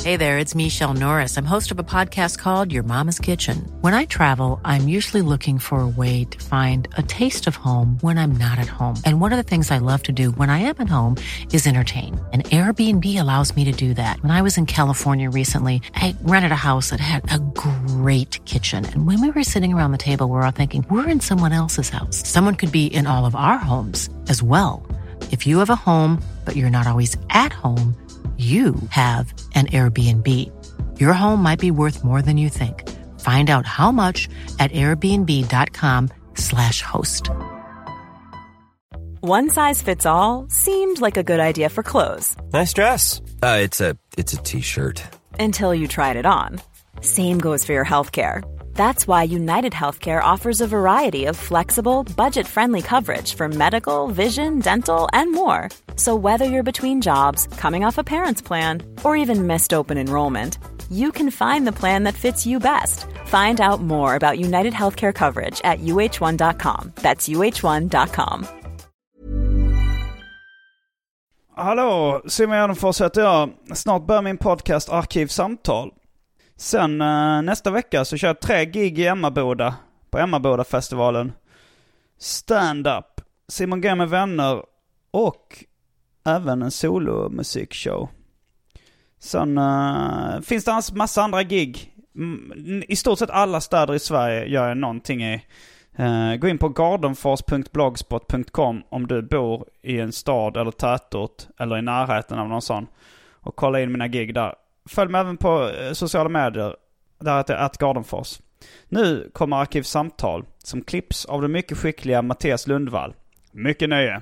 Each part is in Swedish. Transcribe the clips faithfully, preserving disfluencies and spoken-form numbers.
Hey there, it's Michelle Norris. I'm host of a podcast called Your Mama's Kitchen. When I travel, I'm usually looking for a way to find a taste of home when I'm not at home. And one of the things I love to do when I am at home is entertain. And Airbnb allows me to do that. When I was in California recently, I rented a house that had a great kitchen. And when we were sitting around the table, we were all thinking, we're in someone else's house. Someone could be in all of our homes as well. If you have a home, but you're not always at home, you have an Airbnb. Your home might be worth more than you think. Find out how much at airbnb.com slash host. One size fits all seemed like a good idea for clothes. Nice dress. Uh, it's a it's a t-shirt. Until you tried it on. Same goes for your healthcare. That's why United Healthcare offers a variety of flexible, budget-friendly coverage for medical, vision, dental, and more. So whether you're between jobs, coming off a parent's plan, or even missed open enrollment, you can find the plan that fits you best. Find out more about United Healthcare coverage at u h one dot com. That's u h one dot com. Hallå, Simon Gärdenfors heter jag. Snart börjar min podcast Arkivsamtal. Sen uh, nästa vecka så kör jag tre gig i Emmaboda på Emmaboda-festivalen. Stand-up, Simon G med vänner och även en solomusikshow. Sen uh, finns det en massa andra gig. I stort sett alla städer i Sverige gör jag någonting i. Uh, gå in på gardenfors punkt blogspot punkt com om du bor i en stad eller tätort eller i närheten av någon sån. Och kolla in mina gig där. Följ mig även på sociala medier. Där heter jag at Gardenfors. Nu kommer Arkivsamtal som klipps av den mycket skickliga Mattias Lundvall. Mycket nöje.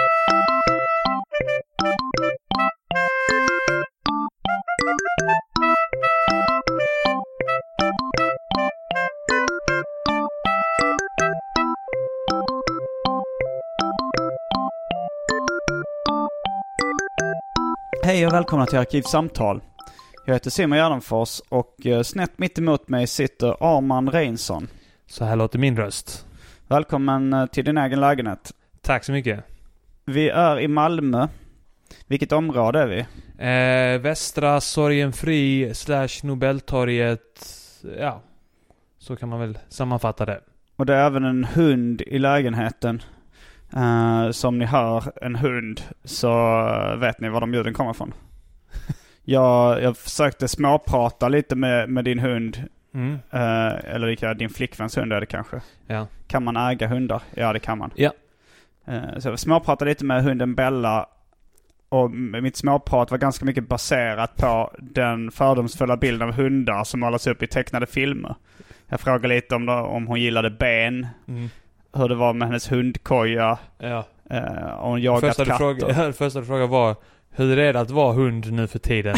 Hej och välkomna till Arkivsamtal. Jag heter Simon Gärdenfors och snett mitt emot mig sitter Arman Reinsson. Så här låter min röst. Välkommen till din egen lägenhet. Tack så mycket. Vi är i Malmö. Vilket område är vi? Eh, Västra Sorgenfri slash Nobeltorget. Ja, så kan man väl sammanfatta det. Och det är även en hund i lägenheten. Uh, som ni hör en hund så vet ni var de ljuden kommer från. Jag, jag försökte småprata lite med, med din hund. Mm. Uh, eller lika din flickväns hund är det kanske. Ja. Kan man äga hundar? Ja, det kan man. Ja. Uh, så jag småpratade lite med hunden Bella. Och mitt småprat var ganska mycket baserat på den fördomsfulla bilden av hundar som målas upp i tecknade filmer. Jag frågade lite om, då, om hon gillade ben. Mm. Hur det var med hennes hundkoja. Ja. Uh, och hon jagat första katter. Fråga, första frågan var: hur är det att vara hund nu för tiden?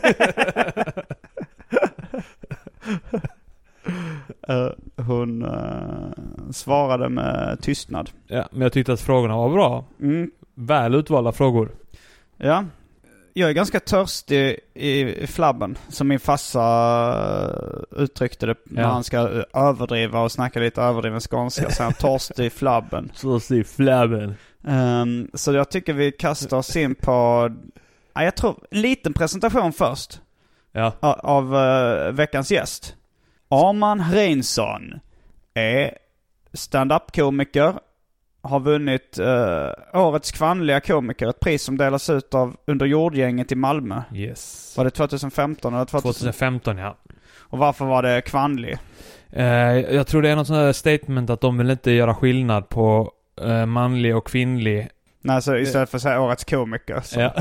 uh, hon uh, svarade med tystnad. Ja, men jag tyckte att frågorna var bra. Mm. Väl utvalda frågor. Ja. Jag är ganska törstig i flabben, som min farsa uttryckte det när ja. han ska överdriva och snacka lite överdriven skånska. Så han törstig i flabben. Törstig i flabben. Um, så jag tycker vi kastar oss in på, ja, jag tror, en liten presentation först. Ja. Av, av uh, veckans gäst. Arman Reinsson är stand-up-komiker. Har vunnit uh, årets kvinnliga komiker, ett pris som delas ut av Under jordgänget i Malmö. Yes. Var det tjugohundrafemton eller tjugohundrafemton? tjugohundrafemton, ja. Och varför var det kvinnlig? Uh, jag tror det är något sånt här statement att de vill inte göra skillnad på uh, manlig och kvinnlig. Nej, så istället för att säga årets komiker. Så. Ja.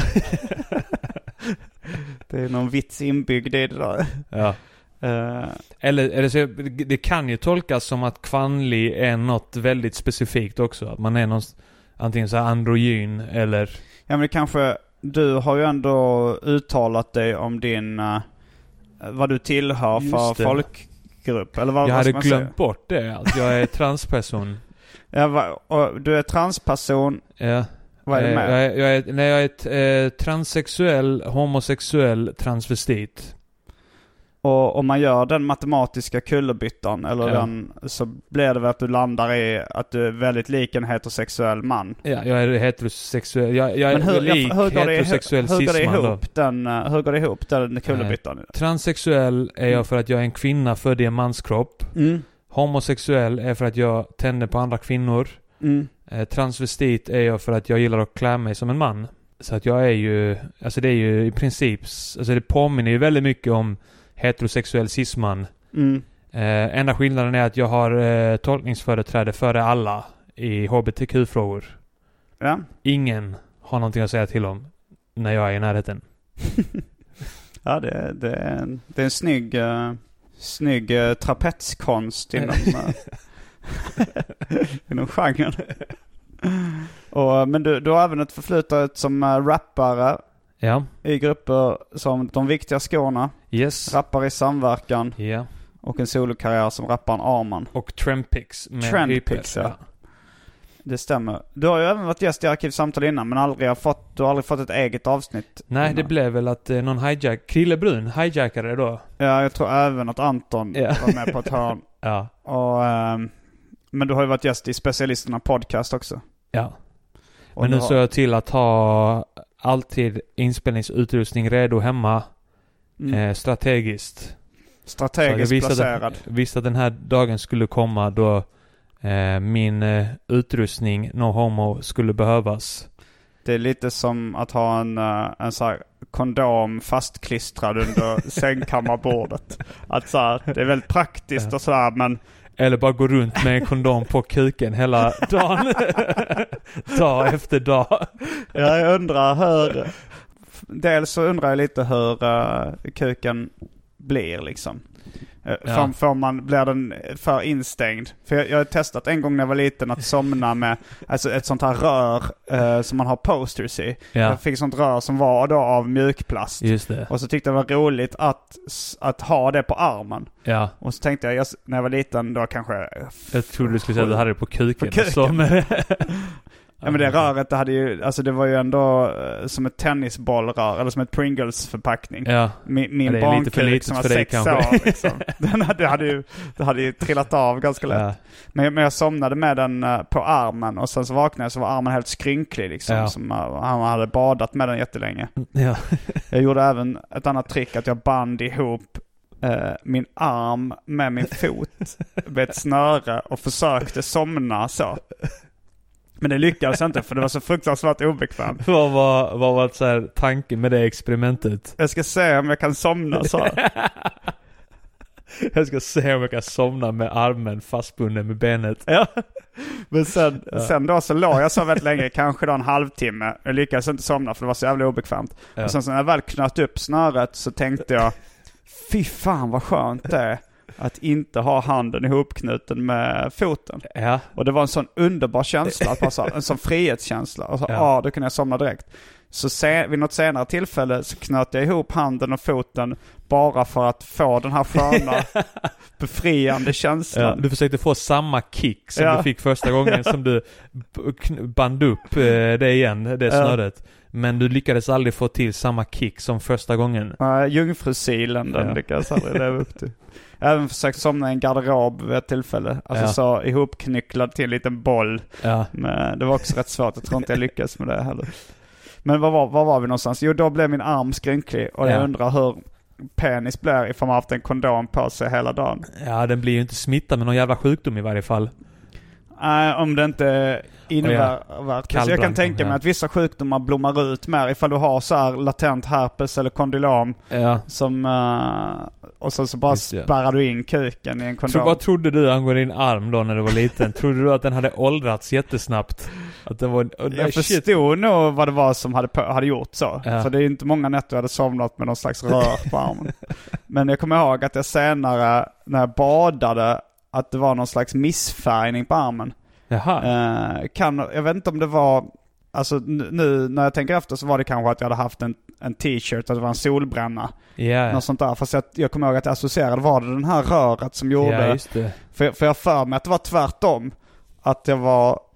Det är någon vits inbyggd i det där. Ja. Uh, eller, eller så, det kan ju tolkas som att kvinnlig är något väldigt specifikt också. Att man är någon, antingen så här androgyn eller... Ja, men det kanske... Du har ju ändå uttalat dig om din... Uh, vad du tillhör för folkgrupp. Eller vad, jag vad hade man glömt säga? bort det. Att jag är transperson. Ja, va, och du är transperson. Ja. Vad är det med? Jag är, jag är, nej, jag är ett, eh, transsexuell, homosexuell transvestit. Och om man gör den matematiska kullerbyttan eller Ja. den, så blir det väl att du landar i att du är väldigt lik en heterosexuell man. Ja, jag är heterosexuell. Jag, jag är Men hur, lik hur, går det, heterosexuell hur, hur, går det cisman då. ihop den, uh, hur går det ihop den kullerbyttan? Transsexuell är jag för att jag är en kvinna född i en manskropp. Mm. Homosexuell är för att jag tänder på andra kvinnor. Mm. Eh, transvestit är jag för att jag gillar att klä mig som en man. Så att jag är ju, alltså det är ju i princip, alltså det påminner ju väldigt mycket om heterosexuell cisman. Mm. Eh, enda skillnaden är att jag har eh, tolkningsföreträde före alla i H B T Q-frågor. Ja. Ingen har någonting att säga till om när jag är i närheten. Ja, det, det, är en, det är en snygg, uh, snygg uh, trapetskonst inom, uh, inom genren. Och, men du, du har även ett förflutet som uh, rappare Ja. i grupper som De Viktiga Skorna, Yes. rappare i Samverkan Ja. och en solokarriär som rapparen Arman. Och Trendpix med Trendpix, Hyper. ja. Det stämmer. Du har ju även varit gäst i Arkivsamtal innan, men aldrig har fått, du har aldrig fått ett eget avsnitt. Nej, innan. det blev väl att eh, någon hijack, Krille Brun hijackade det då. Ja, jag tror även att Anton Ja. var med på ett hörn. Ja. Och, ehm, men du har ju varit gäst i Specialisterna podcast också. Ja. Och Men nu du har- såg jag till att ha alltid inspelningsutrustning redo hemma. mm, Eh, strategiskt. Så jag strategiskt visste placerad. att, visste att den här dagen skulle komma då eh, min eh, utrustning, no homo, skulle behövas. Det är lite som att ha en, eh, en så här kondom fastklistrad under sängkammarbordet. Att så här, det är väldigt praktiskt och sådär, men Eller bara gå runt med en kondom på kuken hela dagen. Dag efter dag. ja, jag undrar hur... Dels så undrar jag lite hur uh, kuken blir liksom. Uh, Ja. får, får man, blir den för instängd? För jag, jag har testat en gång när jag var liten att somna med alltså ett sånt här rör uh, som man har posters i. Ja. Jag fick ett sånt rör som var då av mjukplast. Just det. Och så tyckte jag det var roligt att, att ha det på armen. Ja. Och så tänkte jag, jag när jag var liten då kanske... Jag trodde du skulle säga att du hade det på kuken. På kuken. Som, Ja, men det röret, det hade ju, alltså det var ju ändå uh, som ett tennisbollrör, eller som ett Pringles-förpackning. ja. Min, min Ja, det är lite för barnkuk litet som var för dig sex kanske. år liksom. Den hade, hade ju, det hade ju trillat av ganska lätt. Ja. Men, men jag somnade med den uh, på armen och sen så vaknade jag så var armen helt skrynklig liksom. Ja. Som, uh, han hade badat med den jättelänge. Ja. Jag gjorde även ett annat trick att jag band ihop uh, min arm med min fot med ett snöre och försökte somna så. Men det lyckades inte för det var så fruktansvärt obekvämt. Vad var, vad var så här tanken med det experimentet? Jag ska se om jag kan somna så. Jag ska se om jag kan somna med armen fastbunden med benet. Ja. Men sen, Ja. sen då så låg jag så väldigt länge, kanske då en halvtimme. Jag lyckades inte somna för det var så jävla obekvämt. Ja. Och sen så när jag väl knöt upp snöret så tänkte jag, fy fan vad skönt det är att inte ha handen ihopknuten med foten. Ja. Och det var en sån underbar känsla, att bara så, en sån frihetskänsla. Och så, ja, Ja. ah, då kunde jag somna direkt. Så se, vid något senare tillfälle så knöt jag ihop handen och foten bara för att få den här sköna, befriande känslan. Ja, du försökte få samma kick som Ja. du fick första gången som du b- kn- band upp eh, det igen, det snöret. Men du lyckades aldrig få till samma kick som första gången. Uh, Jungfrusilen, den Ja. lyckades aldrig leva upp till. Jag har även försökt somna i en garderob vid ett tillfälle. Alltså Ja. så ihopknycklad till en liten boll. Ja. Men det var också rätt svårt. Jag tror inte jag lyckades med det heller. Men var var, var, var vi någonstans? Jo, då blev min arm skrynklig. Och jag Ja. undrar hur penis blir ifall man haft en kondom på sig hela dagen. Ja, den blir ju inte smittad med någon jävla sjukdom i varje fall. Nej, om det inte innebär... Oh Så jag kan Kallblank, tänka mig ja. att vissa sjukdomar blommar ut mer ifall du har så här latent herpes eller kondylom. Ja. Som, uh, och så, så bara Just det. spärrar du in kuken i en kondom. Så vad trodde du angående din arm då när du var liten? Trodde du att den hade åldrats jättesnabbt? Att den var... Oh, nej, Jag shit. förstod nog vad det var som hade, på, hade gjort så. Ja. För det är inte många nätter jag hade somnat med någon slags rör på armen. Men jag kommer ihåg att jag senare, när jag badade, att det var någon slags missfärgning på armen. Jaha. Eh, kan, jag vet inte om det var... Alltså n- nu när jag tänker efter så var det kanske att jag hade haft en, en t-shirt, att det var en solbränna. Ja, Något sånt där. Fast jag, jag kommer ihåg att jag associerade, var det den här röret som gjorde... ja, just det. För, för jag för mig att det var tvärtom. Att jag var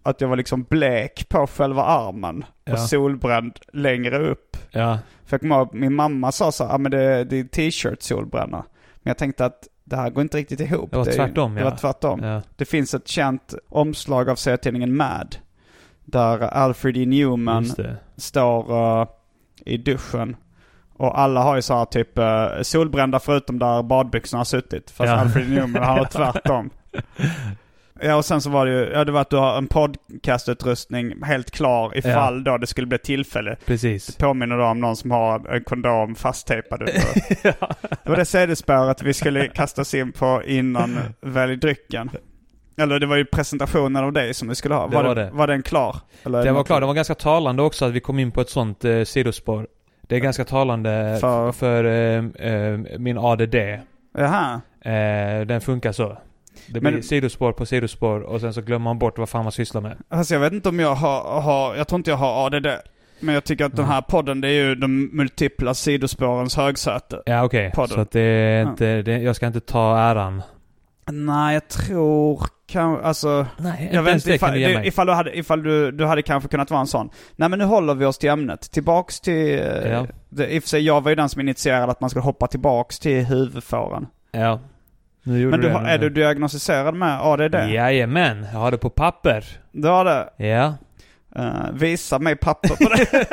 att jag var liksom blek på själva armen Ja. och solbränd längre upp. Ja. För jag kommer ihåg, min mamma sa så här, ah, men det, det är t-shirt solbränna. Men jag tänkte att det här går inte riktigt ihop. Det var är- tvärtom, Det ja. var tvärtom. Ja. Det finns ett känt omslag av serietidningen Mad. Där Alfred E. Newman Just det. står uh, i duschen. Och alla har ju så här typ uh, solbrända förutom där badbyxorna har suttit. Fast Ja. Alfred E. Newman har tvärtom. Ja, och sen så var det ju, ja det var att du har en podcastutrustning helt klar ifall då det skulle bli tillfälle. Precis. Det påminner då om någon som har en kondom fasttejpad. Ja. Det var det CD-spåret vi skulle kasta oss in på innan Välj drycken. Eller det var ju presentationen av dig som vi skulle ha. Det var, var det, det. var den klar? Eller Det var klart, det var ganska talande också att vi kom in på ett sånt eh, sidospår. Det är ganska talande För- för, för eh, eh, min A D D. Jaha. Eh, den funkar så. Det blir Men- sidospår på sidospår och sen så glömmer man bort vad fan man sysslar med. Alltså jag vet inte om jag har, har jag tror inte jag har A D D. Men jag tycker att den här podden, det är ju de multipla sidospårens högsäte. Ja, okej. Okay. Podden. Så att det är inte, det, jag ska inte ta äran. Nej, jag tror kan, alltså Nej, jag vet inte ifall, det det, ifall, du, hade, ifall du, du hade kanske kunnat vara en sån. Nej, men nu håller vi oss till ämnet. Tillbaks till... Ja. Det, i och för sig, jag var ju den som initierade att man skulle hoppa tillbaks till huvudfåran. Ja. Nu gjorde Men du, det har- är du diagnostiserad med A D D? Jajamän, jag har det på papper. Du har det? Ja. Uh, visa mig papper på det.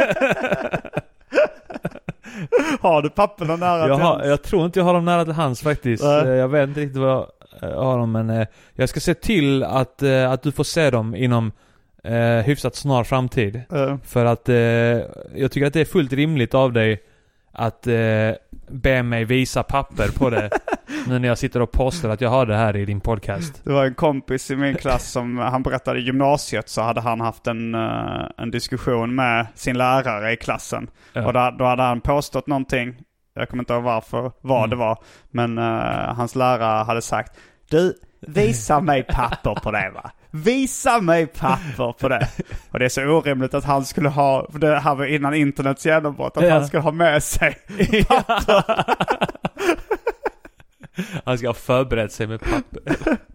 Har du papperna nära Jag, till har, hands? jag tror inte jag har dem nära till hands faktiskt. Nej. Eh, Jag vet inte riktigt vad jag eh, har dem, men eh, jag ska se till att, eh, att du får se dem inom eh, hyfsat snar framtid. Uh, För att eh, jag tycker att det är fullt rimligt av dig att eh, be mig visa papper på det nu när jag sitter och postar att jag har det här i din podcast. det var en kompis i min klass som han berättade i gymnasiet, så hade han haft en, uh, en diskussion med sin lärare i klassen. Ja. Och då, då hade han påstått någonting. Jag kommer inte ihåg varför, vad Mm. det var. Men uh, hans lärare hade sagt: du, visa mig papper på det, va? Visa mig papper på det. Och det är så orimligt att han skulle ha, för det här var innan internets genombrott, att Ja. han skulle ha med sig papper. Han ska ha förberett sig med papper.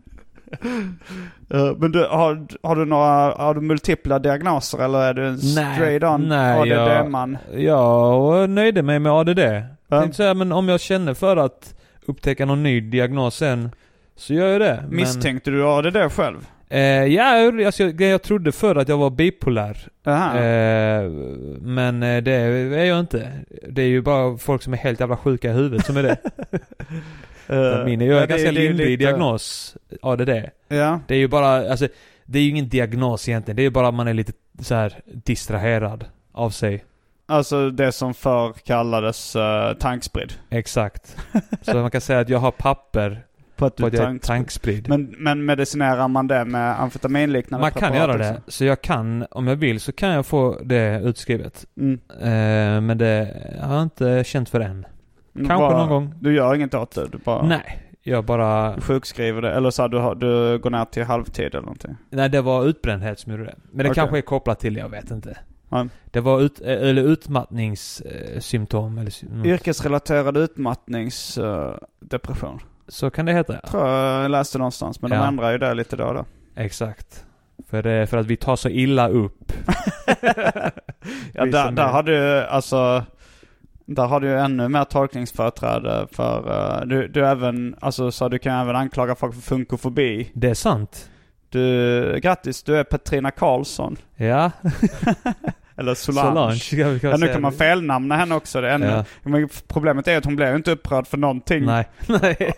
Uh, men du, har, har du några, har du multipla diagnoser eller är du en straight on nej, A D D-man? Jag, jag nöjde mig med A D D. Ja. Jag tänkte säga, men om jag känner för att upptäcka någon ny diagnos sen, så gör jag det. Men, Misstänkte du A D D själv? eh, ja, alltså, jag, jag trodde förr att jag var bipolär. Aha. Eh, men eh, det är jag inte. Det är ju bara folk som är helt jävla sjuka i huvudet som är det. Uh, Min är ju ja, en ganska det är lindrig lite- diagnos, A D D. Ja. Det är ju bara, alltså, det är ju ingen diagnos egentligen. Det är ju bara att man är lite så här distraherad av sig. Alltså det som förr kallades uh, tankspridd. Exakt. Så man kan säga att jag har papper På att på du att jag är tankspridd. tankspridd. Men, men medicinerar man det med amfetaminliknande Man kan preparat göra det. också? Så jag kan, om jag vill, så kan jag få det utskrivet. Mm. Eh, men det har jag inte känt för än. Mm, Kanske bara- någon gång. Du gör inget åt det? Du bara Nej, jag bara... sjukskriver det? Eller så här, du, har, du går ner till halvtid eller någonting? Nej, det var utbrändhet som gjorde det. Men det Okej. kanske är kopplat till, jag vet inte. Ja. Det var ut, eller utmattningssymptom. Eller, sy- något. Yrkesrelaterad utmattningsdepression. Så kan det heta, ja. Tror jag läste någonstans. Men de Ja. ändrar ju det lite då och då. Exakt. För, det, för att vi tar så illa upp. Ja, Vi där, som där är- har du alltså... Där har du ju ännu mer tolkningsföreträde för... Uh, du, du även... Alltså så du kan även anklaga folk för funkofobi. Det är sant. Du... Grattis, du är Petrina Karlsson. Ja. Eller Solange. Solange. Ska vi Ja, nu säga. kan man felnamna henne också. Det är ännu, Ja. Men problemet är att hon blev ju inte upprörd för någonting. Nej. Nej.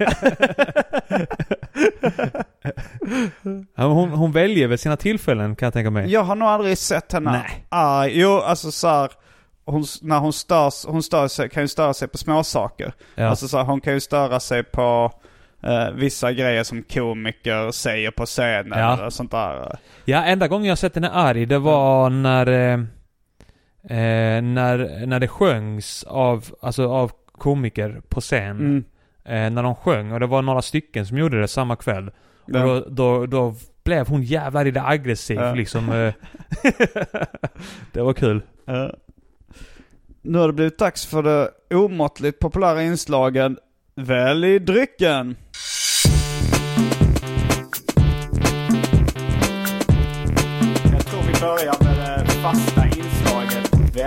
Ja, men hon, hon väljer väl sina tillfällen, kan jag tänka mig. Jag har nog aldrig sett henne Nej. arg. Jo, alltså så här, hon, när hon störs, hon stör sig, kan ju störa sig på små saker. Ja. Alltså så här, hon kan ju störa sig på eh, vissa grejer som komiker säger på scenen Ja. eller sånt där. Ja, enda gången jag sett henne arg, det var när eh, eh, när, när det sjöngs av, alltså av komiker på scen. Mm. Eh, när de sjöng, och det var några stycken som gjorde det samma kväll. Ja. Och då, då, då blev hon jävlar i det aggressiv Ja. liksom. Eh. Det var kul. Eh, nu har det blivit dags för det omåttligt populära inslagen Välj drycken.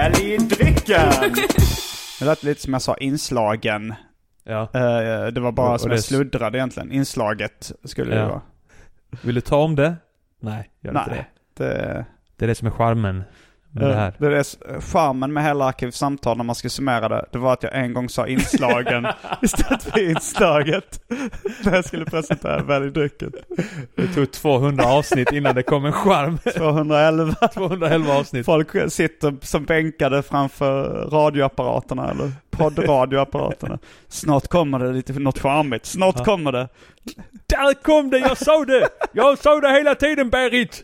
Välj drycken! Det lät lite som jag sa, inslagen. Ja. Uh, det var bara och, som och jag det... sluddrade egentligen. Inslaget skulle ja. det vara. Vill du ta om det? Nej, gör Nej, inte det. det. Det är det som är charmen med uh, det här. Det är det, charmen med hela Arkivsamtal när man ska summera det. Det var att jag en gång sa inslagen istället för inslaget. När jag skulle presentera Välj drycken. Det tog tvåhundra avsnitt innan det kom en charm. tvåhundraelva tvåhundraelva avsnitt. Folk sitter som bänkade framför radioapparaterna eller poddradioapparaterna. Snart kommer det lite något charmigt. Snart ja. kommer det. Där kom det, jag såg det! Jag såg det hela tiden, Berit!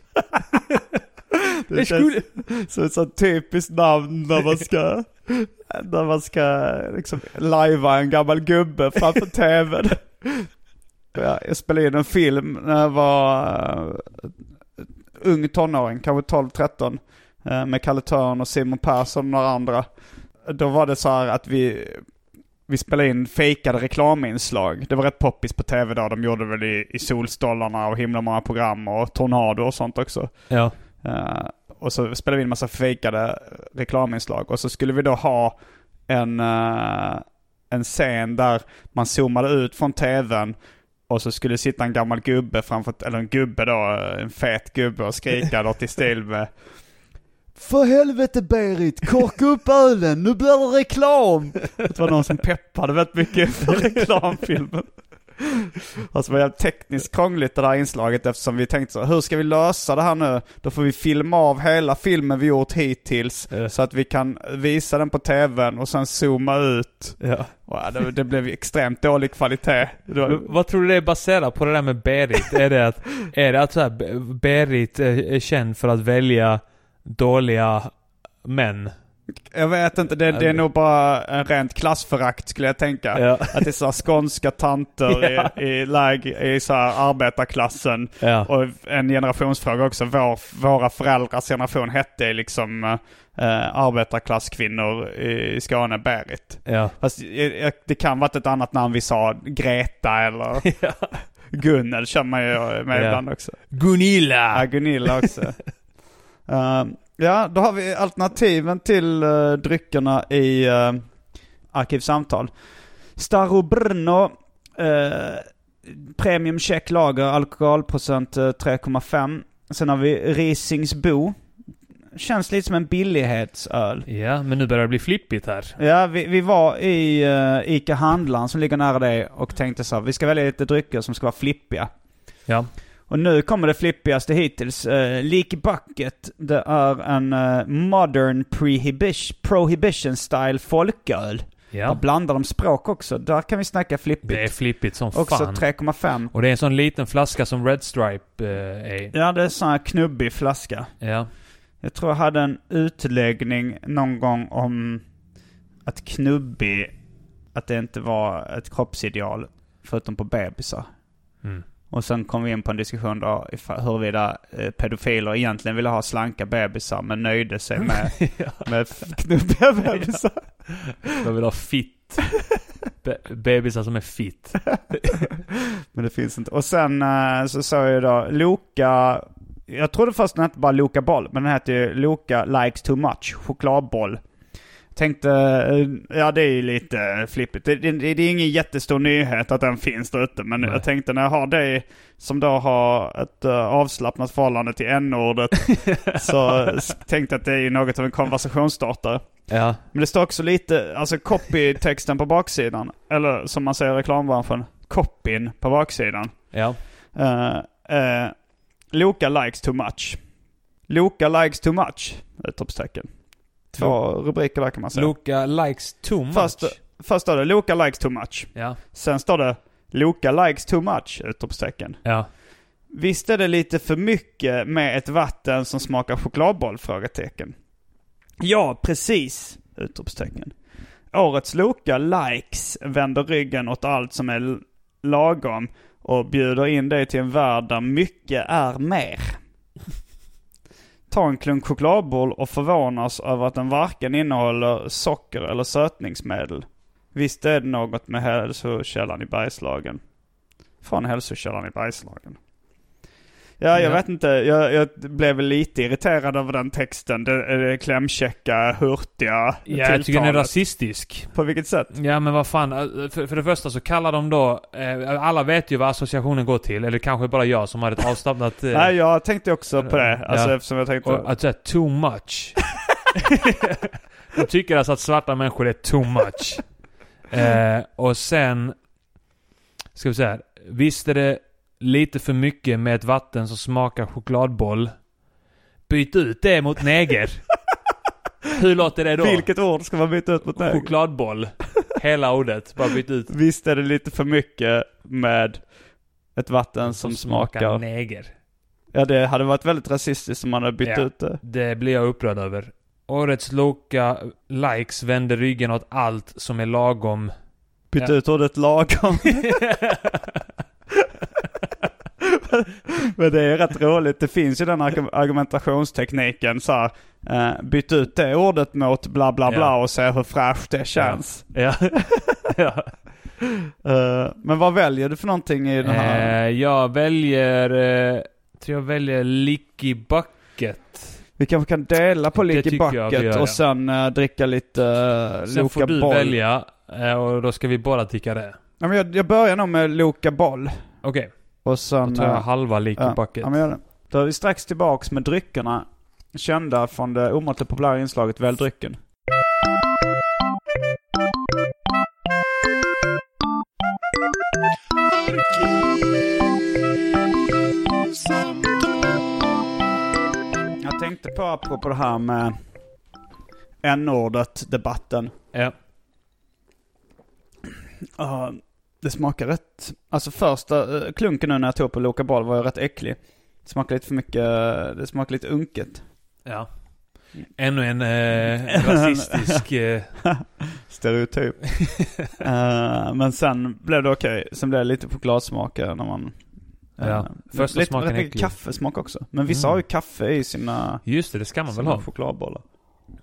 Det, det skulle... Så ett sånt typiskt namn när man ska när man ska liksom lajva en gammal gubbe framför tvn. Ja, jag spelade in en film när jag var uh, ung tonåring, kanske tolv tretton, uh, med Kalle Törn och Simon Persson och några andra. Då var det så här att vi vi spelade in fejkade reklaminslag. Det var rätt poppis på tv då. De gjorde väl i, i Solstollarna och himla många program och Tornado och sånt också. Ja. Uh, och så spelade vi in en massa fejkade reklaminslag. Och så skulle vi då ha en, uh, en scen där man zoomade ut från tvn. Och så skulle sitta en gammal gubbe framför, eller en gubbe då, en fet gubbe och skrika något i stil med: för helvete Berit, korka upp ölen, nu blir det reklam. Det var någon som peppade väldigt mycket för reklamfilmen. Alltså det var tekniskt krångligt det där inslaget, eftersom vi tänkte så, hur ska vi lösa det här nu? Då får vi filma av hela filmen vi gjort hittills, ja. Så att vi kan visa den på tvn och sen zooma ut. Ja. Och det, det blev extremt dålig kvalitet. Var... Vad tror du det är baserat på det där med Berit? Är det att, är det att så här, Berit är känd för att välja dåliga män? Jag vet inte, det, det är nog bara en rent klassförakt skulle jag tänka. Ja. Att det är så här skånska tanter ja. i, i, läg, i så här arbetarklassen. Ja. Och en generationsfråga också. Vår, våra föräldrars generation hette liksom äh, arbetarklasskvinnor i, i Skåne, Berit. Ja. Fast det kan vara ett annat namn vi sa, Greta eller ja. Gunnel känner man ju med ja. ibland också. Gunilla! Ja, Gunilla också. uh, Ja, då har vi alternativen till uh, dryckerna i uh, Arkivsamtal. Starobrno, uh, premium check lager, alkoholprocent uh, tre komma fem. Sen har vi Risingsbo. Känns lite som en billighetsöl. Ja, men nu börjar det bli flippigt här. Ja, vi, vi var i uh, Ica Handlaren som ligger nära dig och tänkte så här, vi ska välja lite drycker som ska vara flippiga. Ja. Och nu kommer det flippigaste hittills. Uh, Leaky Bucket. Det är en uh, modern prohibition, prohibition style folköl. Ja. Där blandar de språk också. Där kan vi snacka flippigt. Det är flippigt som också fan. Också tre komma fem. Och det är en sån liten flaska som Red Stripe uh, är. Ja, det är en sån här knubbig flaska. Ja. Jag tror jag hade en utläggning någon gång om att knubbig, att det inte var ett kroppsideal förutom på bebisar. Mm. Och sen kom vi in på en diskussion då huruvida eh, pedofiler egentligen ville ha slanka bebisar men nöjde sig med, ja. med knubbiga bebisar. Ja. De vill ha fit. Be- bebisar som är fit. Men det finns inte. Och sen eh, så sa jag då Loka, jag trodde först den hette bara Loka boll, men den heter ju Loka likes too much, chokladboll. Tänkte, ja det är ju lite flippigt. Det, det, det är ingen jättestor nyhet att den finns där ute. Men Nej. jag tänkte när jag har det som då har ett uh, avslappnat förhållande till n-ordet så tänkte jag att det är ju något av en konversationsstartare. Ja. Men det står också lite, alltså copytexten på baksidan. Eller som man säger i reklambranschen, copyn på baksidan. Ja. Uh, uh, Loka likes too much. Loka likes too much. Utropstecken. Två rubriker där kan man säga. Loka likes too much. Först, först står det Loka likes too much. Ja. Sen står det Loka likes too much, utropstecken. Ja. Visst är det lite för mycket med ett vatten som smakar chokladboll, frågetecken. Ja, precis, utropstecken. Årets Loka likes vänder ryggen åt allt som är lagom och bjuder in dig till en värld där mycket är mer. Ta en klunk chokladboll och förvånas över att den varken innehåller socker eller sötningsmedel. Visst är det något med hälsokällan i Bergslagen. Från hälsokällan i Bergslagen. Ja, jag Ja. vet inte. Jag, jag blev lite irriterad över den texten. Det, det klämkäcka, hurtiga Ja, jag tycker den är rasistisk. På vilket sätt? Ja, men vad fan. För, för det första så kallar de då... Eh, alla vet ju vad associationen går till. Eller kanske bara jag som har ett avslappnat... Eh, Nej, jag tänkte också på det. Alltså, ja. eftersom jag tänkte... Och att säga too much. De tycker alltså att svarta människor är too much. Eh, och sen... Ska vi säga. Visst är det lite för mycket med ett vatten som smakar chokladboll. Byt ut det mot neger. Hur låter det då? Vilket ord ska man byta ut mot neger? Chokladboll. Hela ordet. Bara byt ut. Visst är det lite för mycket med ett vatten som, Som smakar... smakar neger. Ja, det hade varit väldigt rasistiskt om man hade bytt Ja. ut det. Det blir jag upprörd över. Årets Loka likes vänder ryggen åt allt som är lagom. Bytt Ja. ut ordet lagom. Men det är rätt roligt. Det finns ju den arg- argumentationstekniken så här, eh, byt ut det ordet mot bla bla bla Ja. och se hur fräscht det känns. Ja. Ja. Eh, men vad väljer du för någonting i den här? Eh, jag väljer... Eh, tror jag väljer Licky Bucket. Vi kanske kan dela på Licky tycker jag vi Bucket gör, och ja. sen uh, dricka lite uh, Sen får Loka du Boll. välja eh, och då ska vi bara dricka det. Ja, men jag, jag börjar nog med Loka Boll. Okej, Och sen... då tar jag eh, halva Licky ja, Bucket. ja, men gör det. Då är vi strax tillbaks med dryckerna. Kända från det omåttligt populära inslaget Välj drycken. Jag tänkte på apropå det här med n-ordet, debatten. Ja. Uh, det smakar rätt... Alltså första uh, klunken nu när jag tog på Loka Boll var ju rätt äcklig. Det smakar lite för mycket... Uh, det smakar lite unket. Ja. Ännu en eh, rasistisk... Eh, Stereotyp. uh, men sen blev det okej. Sen blev det lite chokladsmak när man... Uh, Ja, första lite, smaken rätt mycket äcklig. kaffesmak också. Men vissa Mm. har ju kaffe i sina, just det, det ska man väl sina ha. chokladbollar. Nej,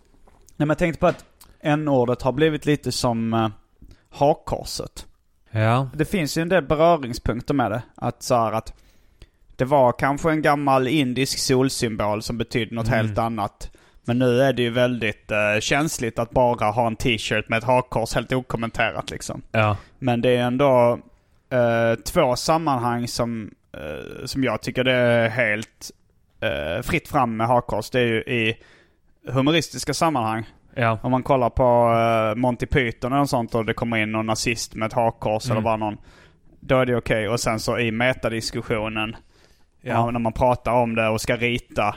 men jag tänkte på att n-ordet har blivit lite som uh, hakkorset. Ja. Det finns ju en del beröringspunkter med det. Att så här att det var kanske en gammal indisk solsymbol som betydde något Mm. helt annat. Men nu är det ju väldigt uh, känsligt att bara ha en t-shirt med ett hakkors helt okommenterat liksom. Ja. Men det är ändå uh, två sammanhang som, uh, som jag tycker det är helt uh, fritt fram med hakkors. Det är ju i humoristiska sammanhang. Ja. Om man kollar på uh, Monty Python eller något sånt och det kommer in någon nazist med ett hakkors Mm. eller bara någon, då är det okej. Okay. Och sen så i metadiskussionen, Ja. ja, när man pratar om det och ska rita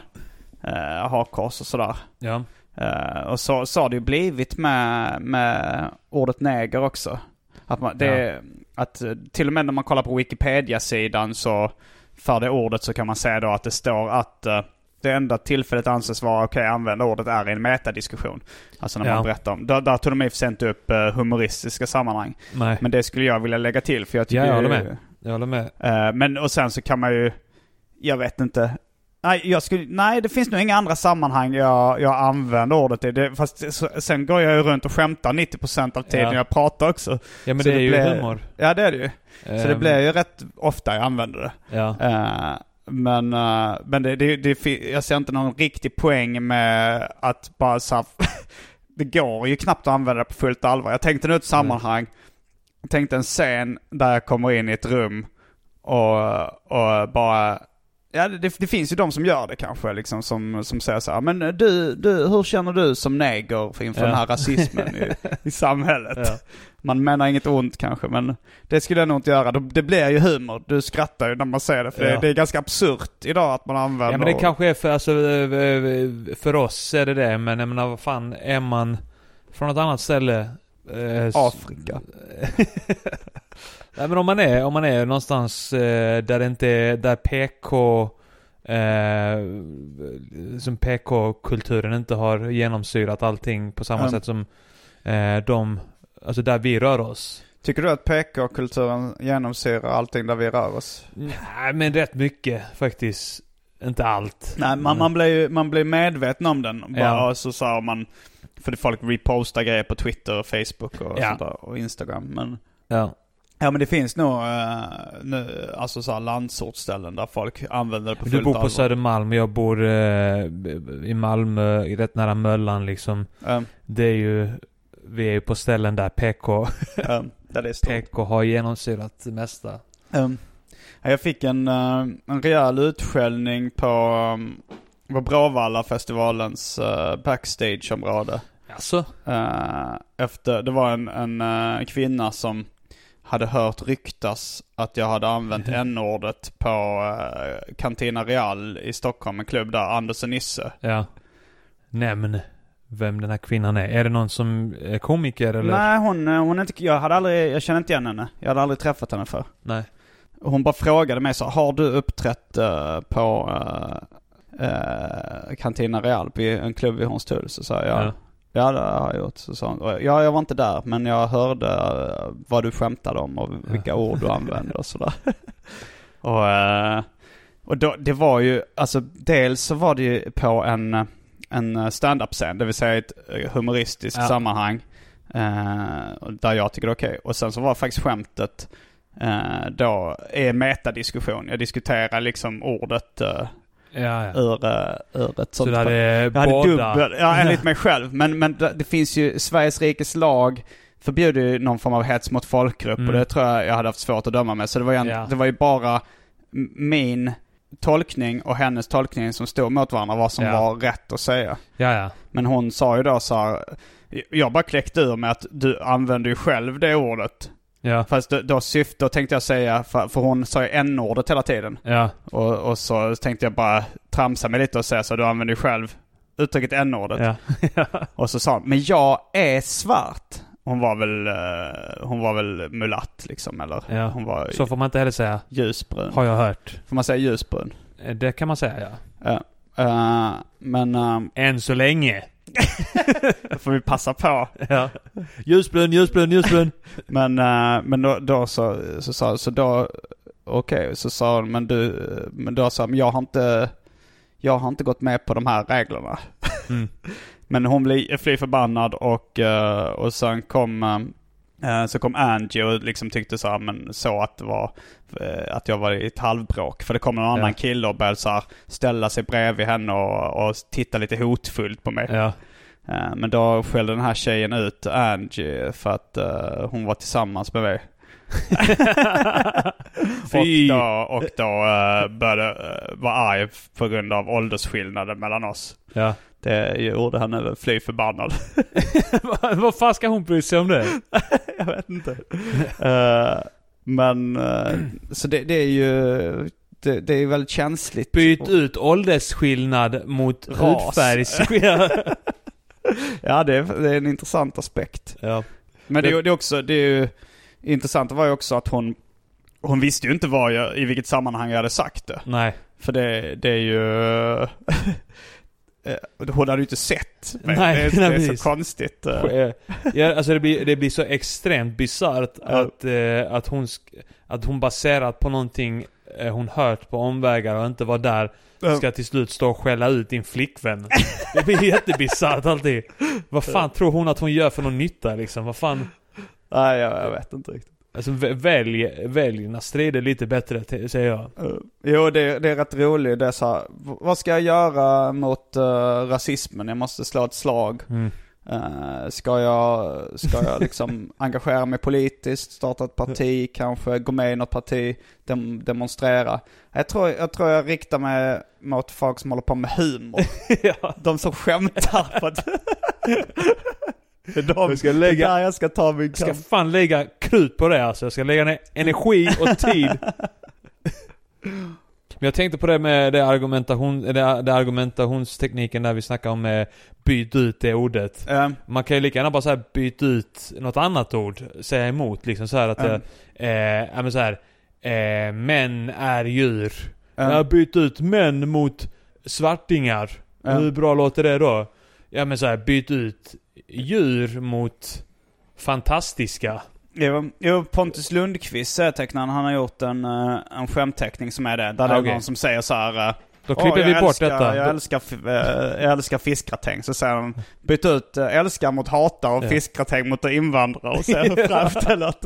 uh, hakkors och sådär. Ja. Uh, och så, så har det ju blivit med, med ordet neger också. Att, man, det, Ja. att till och med när man kollar på Wikipedia-sidan så för det ordet så kan man säga då att det står att uh, det enda tillfället anses vara okej okay, använda ordet är i en metadiskussion. Alltså när Ja. man berättar om. Där, där tog de i och för sig inte upp uh, humoristiska sammanhang. Nej. Men det skulle jag vilja lägga till för jag tycker Ja, jag håller ju- med. Jag håller med. Uh, men och sen så kan man ju, jag vet inte. Nej, jag skulle, nej, det finns nog inga andra sammanhang jag, jag använder ordet i. Det, fast så, sen går jag ju runt och skämtar nittio procent av tiden Ja. jag pratar också. Ja, men Så det är ju blir- humor. Ja, det är det ju. Så det Ehm, blir ju rätt ofta jag använder det. Ja. Uh, men uh, men det, det, det, jag ser inte någon riktig poäng med att bara så här, det går ju knappt att använda det på fullt allvar. Jag tänkte nu ett sammanhang. Jag tänkte en scen där jag kommer in i ett rum och, och bara... Ja, det, det finns ju de som gör det kanske liksom, som, som säger så här, men du, du, hur känner du som neger inför Ja. den här rasismen i, i samhället? Ja. Man menar inget ont kanske, men det skulle jag nog inte göra. Det blir ju humor. Du skrattar ju när man säger det, för Ja. det, det är ganska absurt idag att man använder... Ja, men det kanske är för, alltså, eh, för oss är det det, men jag menar, vad fan, är man från ett annat ställe? Eh, s- Afrika. Nej, men om man är, om man är någonstans eh, där det inte är, där P K eh, som P K-kulturen inte har genomsyrat allting på samma Mm. sätt som eh, de, alltså där vi rör oss. Tycker du att P K-kulturen genomsyrar allting där vi rör oss? Nej, men rätt mycket faktiskt. Inte allt. Nej, man, man, blir ju, man blir medveten om den. Bara, Ja. så sa man, för folk repostar grejer på Twitter och Facebook och, Ja. sånt där, och Instagram. Men, Ja. Ja, men det finns nog uh, nu, alltså så här landsortsställen där folk använder det på fullt Du bor på allvar. Södermalm, jag bor uh, i Malmö, rätt nära Möllan liksom. Um, Det är ju, vi är ju på ställen där P K, um, där det är stort. P K har genomsyrat det mesta. Um, jag fick en, uh, en rejäl utskällning på, um, på Bråvalla-festivalens uh, backstageområde. Alltså? Uh, efter, det var en, en uh, kvinna som hade hört ryktas att jag hade använt n-ordet på uh, Cantina Real i Stockholm, en klubb där, Anders och Nisse. Ja. Nämn vem den här kvinnan är. Är det någon som är komiker eller? Nej, hon, hon är inte, jag hade aldrig, jag känner inte igen henne. Jag hade aldrig träffat henne för. Nej. Hon bara frågade mig så, har du uppträtt uh, på uh, uh, Cantina Real, på en klubb i Hornstull? Så sa jag, ja. Ja. Ja, det har jag gjort. Så sa hon, ja, jag var inte där, men jag hörde uh, vad du skämtade om och vilka ord du använde och sådär. och uh, och då, det var ju, alltså dels så var det ju på en, en stand-up-scen, det vill säga ett humoristiskt ja. sammanhang uh, där jag tycker det är okej. Okay. Och sen så var faktiskt skämtet uh, då är metadiskussion. Jag diskuterar liksom ordet uh, Ja, ja. Ur, uh, ur ett sånt. Så det hade jag hade båda. dubbel, ja, enligt mig själv. Men, men det, det finns ju, Sveriges rikes lag förbjuder ju någon form av hets mot folkgrupp. Mm. Och det tror jag jag hade haft svårt att döma med. Så det var ju, en, Ja. det var ju bara min tolkning och hennes tolkning som stod mot varandra, vad som Ja. var rätt att säga. Ja, ja. Men hon sa ju då så här, jag bara kläckte ur med att du använder ju själv det ordet. Ja. Fast då, då, syft, då tänkte jag säga, för, för hon sa ju n-ordet hela tiden. Ja. Och, och så tänkte jag bara tramsa mig lite och säga så, du använder ju själv uttrycket n-ordet. Ja. Och så sa hon, men jag är svart. Hon var väl uh, hon var väl mulatt liksom, eller Ja. hon var Så får man inte heller säga. Ljusbrun. Har jag hört. Får man säga ljusbrun? Det kan man säga, ja. Ja. Uh, men um, Än så länge. då får vi passa på. Ja. Ljusbrun, ljusbrun, ljusbrun. Men uh, men då, då så så sa så då okej, okay, så sa hon, men du men då sa men jag har inte jag har inte gått med på de här reglerna. Mm. Men hon blev fly förbannad och uh, och sen kom uh, så kom Angie och liksom tyckte så här, men så att det var uh, att jag var i ett halvbråk, för det kom en annan Ja. kille och började så här, ställa sig bredvid henne och, och titta lite hotfullt på mig. Ja. Uh, men då skällde den här tjejen ut Angie för att uh, hon var tillsammans med mig. och då, och då uh, började uh, vara arg på grund av åldersskillnaden mellan oss. Ja. Det gjorde henne fly förbannad. Vad fan ska hon bry sig om det? Jag vet inte. uh, men uh, så det, det är ju det, det är väldigt känsligt. Byt ut åldersskillnad mot Ras. hudfärgsskillnad. Ja, det är, det är en intressant aspekt. Ja. Men det, det är också det är ju intressant var ju också att hon hon visste ju inte vad jag, i vilket sammanhang jag hade sagt det. Nej. För det, det är ju hon hade ju inte sett. Nej, det, det är precis. så konstigt. Ja, alltså det blir, det blir så extremt bizarrt Ja. att, eh, att, hon sk- att hon baserat på någonting eh, hon hört på omvägar och inte var där ska till slut stå och skälla ut din flickvän. Det blir jättebizarrt alltid. Vad fan tror hon att hon gör för någon nytta liksom? Vad fan? Nej, jag, jag vet inte riktigt. Alltså välj, välj strider lite bättre, t- säger jag. Uh, jo, det, det är rätt roligt. Det är så här, v- vad ska jag göra mot uh, rasismen? Jag måste slå ett slag. Mm. Uh, ska jag, ska jag liksom engagera mig politiskt, starta ett parti, kanske gå med i något parti, dem, demonstrera? Jag tror, jag tror jag riktar mig mot folk som håller på med humor. Ja. De som skämtar på att det är de, Jag ska lägga- det där jag ska ta min Jag ska kamp. fan lägga krut på det alltså. Jag ska lägga ner energi och tid. Men jag tänkte på det med det, argumentation, det, det argumentationstekniken där vi snackar om eh, byt ut det ordet. Uh, Man kan ju lika gärna bara så här byta ut något annat ord, säga emot liksom så här att Mm. eh, eh, ja, men så här eh, män är djur. Mm. Jag byt ut män mot svartingar. Mm. Hur bra låter det då? Ja men så här byt ut djur mot fantastiska. Jo, jo, Pontus Lundqvist, serietecknaren, han har gjort en, uh, en skämtteckning som är det. Där det Ah, är okay. någon som säger så här: Då klipper oh, vi bort älskar, detta. Jag älskar, jag älskar fiskgratäng. Så säger de, byt ut älskar mot hatar och ja. fiskgratäng mot invandrare. Och sen framställat.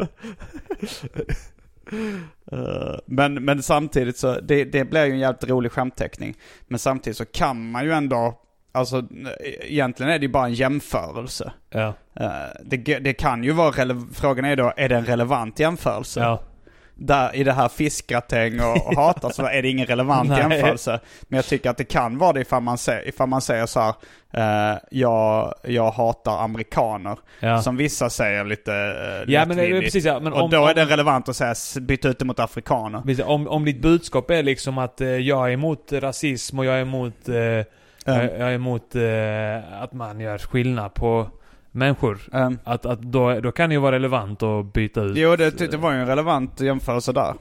uh, men, men samtidigt så, det, det blir ju en jävligt rolig skämtteckning. Men samtidigt så kan man ju ändå, alltså egentligen är det ju bara en jämförelse. Ja. Uh, det, det kan ju vara, rele- frågan är då, är det en relevant jämförelse? Ja. Där, i det här fiskgratäng och, och hatar så är det ingen relevant jämförelse. Men jag tycker att det kan vara det ifall man, se, ifall man säger så här, uh, jag, jag hatar amerikaner. Ja. Som vissa säger lite uh, ja, men det är precis, ja. Men och om, då om, är det relevant att säga byta ut det mot afrikaner. Precis, om, om ditt budskap är liksom att uh, jag är emot rasism och jag är emot, uh, mm. jag, jag är emot uh, att man gör skillnad på människor. Um, att, att då, då kan det ju vara relevant att byta ut. Jo, det, det var ju en relevant jämförelse där.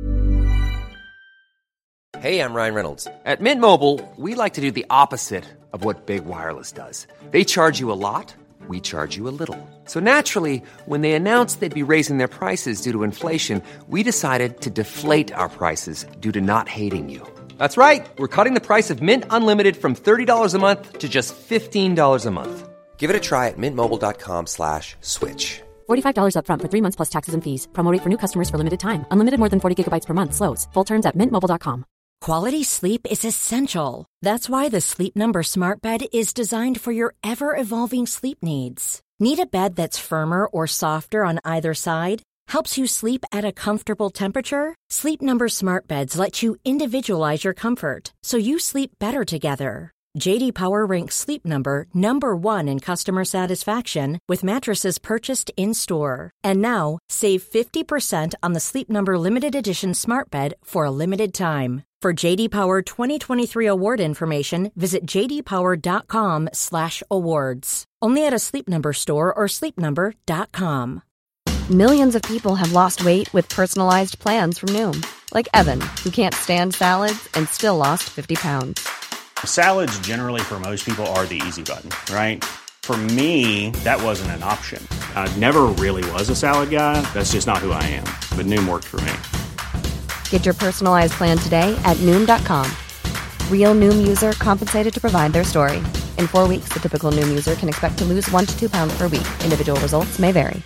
Hey, I'm Ryan Reynolds. At Mint Mobile, we like to do the opposite of what Big Wireless does. They charge you a lot, we charge you a little. So naturally, when they announced they'd be raising their prices due to inflation, we decided to deflate our prices due to not hating you. That's right. We're cutting the price of Mint Unlimited from thirty dollars a month to just fifteen dollars a month. Give it a try at mintmobile.com slash switch. forty-five dollars up front for three months plus taxes and fees. Promo rate for new customers for limited time. Unlimited more than forty gigabytes per month. Slows full terms at mint mobile dot com. Quality sleep is essential. That's why the Sleep Number Smart Bed is designed for your ever-evolving sleep needs. Need a bed that's firmer or softer on either side? Helps you sleep at a comfortable temperature? Sleep Number Smart Beds let you individualize your comfort, so you sleep better together. J D Power ranks Sleep Number number one in customer satisfaction with mattresses purchased in-store. And now, save fifty percent on the Sleep Number Limited Edition Smart Bed for a limited time. For J D Power twenty twenty-three award information, visit j d power dot com slash awards. Only at a Sleep Number store or sleep number dot com. Millions of people have lost weight with personalized plans from Noom. Like Evan, who can't stand salads and still lost fifty pounds. Salads generally for most people are the easy button, right? For me, that wasn't an option. I never really was a salad guy. That's just not who I am. But Noom worked for me. Get your personalized plan today at Noom dot com. Real Noom user compensated to provide their story. In four weeks, the typical Noom user can expect to lose one to two pounds per week. Individual results may vary.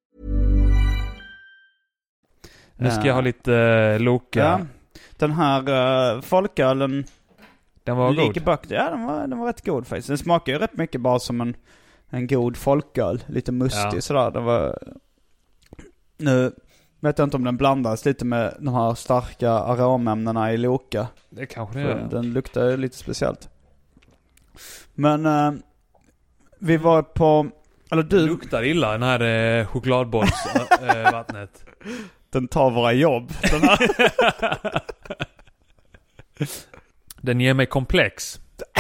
Nu ska jag ha lite uh, Loka. Ja. Den här uh, folkölen... Den var god. Bakt. Ja, den var, den var rätt god faktiskt. Den smakar ju rätt mycket bara som en, en god folköl. Lite mustig ja. sådär. Den var... Nu vet jag inte om den blandas lite med de här starka aromämnena i Loka. Det kanske det är. Den luktar ju lite speciellt. Men uh, vi var på... Eller du... Det luktar illa, den här eh, chokladbollsvattnet. Den tar våra jobb. Den här... Den ger mig komplex.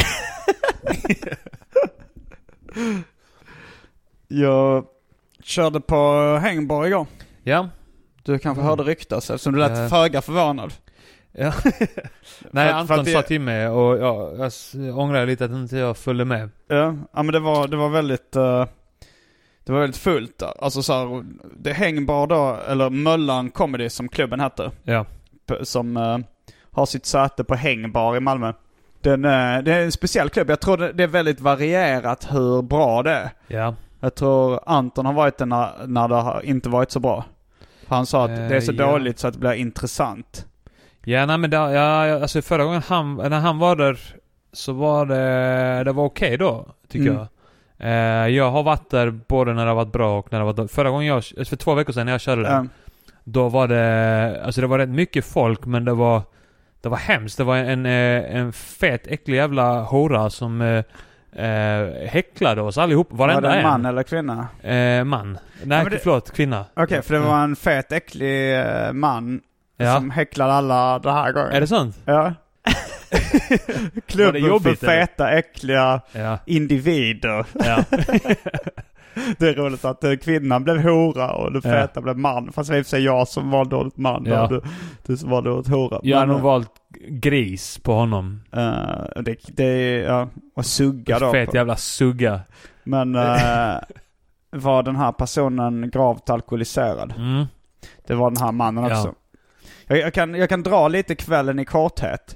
Jag körde på Hängbar igår. Ja. Du kanske mm. hörde ryktas eftersom du lät uh. föga förvånad. Ja. Nej, för, Anton för det... sa till mig och ja, jag ångrar lite att inte jag följde med. Ja, ja men det var, det var väldigt... Uh... Det var väldigt fullt där. Alltså så här, det Hängbar då, eller Möllan Comedy som klubben heter. Ja. Som uh, har sitt säte på Hängbar i Malmö. Den, uh, det är en speciell klubb. Jag tror det, det är väldigt varierat hur bra det är. Ja. Jag tror Anton har varit där när, när det har inte varit så bra. Han sa att uh, det är så ja. dåligt så att det blir intressant. Ja, nej men det, ja, alltså förra gången han, när han var där så var det, det var okej okay då, tycker mm. jag. Uh, jag har varit där både när det har varit bra och när det har varit... Förra gången jag... För två veckor sedan när jag körde där. Mm. Då var det... Alltså det var rätt mycket folk, men det var... Det var hemskt. Det var en, en fet, äcklig jävla hora som uh, häcklade oss allihop. Varenda var det en man en. eller kvinna? Uh, man. Nej, ja, det... förlåt. Kvinna. Okej, okay, för det var en fet, äcklig uh, man ja. som häcklade alla det här gången. Är det sant? Ja. Klubben jobbigt, för feta, eller? äckliga ja. individer. Ja. Det är roligt att kvinnan blev hora och den feta ja. blev man. Fast det är i och för sig jag som valde åt man. Ja. Du, du som valde åt hora. Jag har nog valt gris på honom. Uh, det, det ja. Och sugga då. Fet jävla sugga. Men uh, var den här personen gravt alkoholiserad? Mm. Det var den här mannen också. Ja. Jag, jag, kan, jag kan dra lite kvällen i korthet. Ja.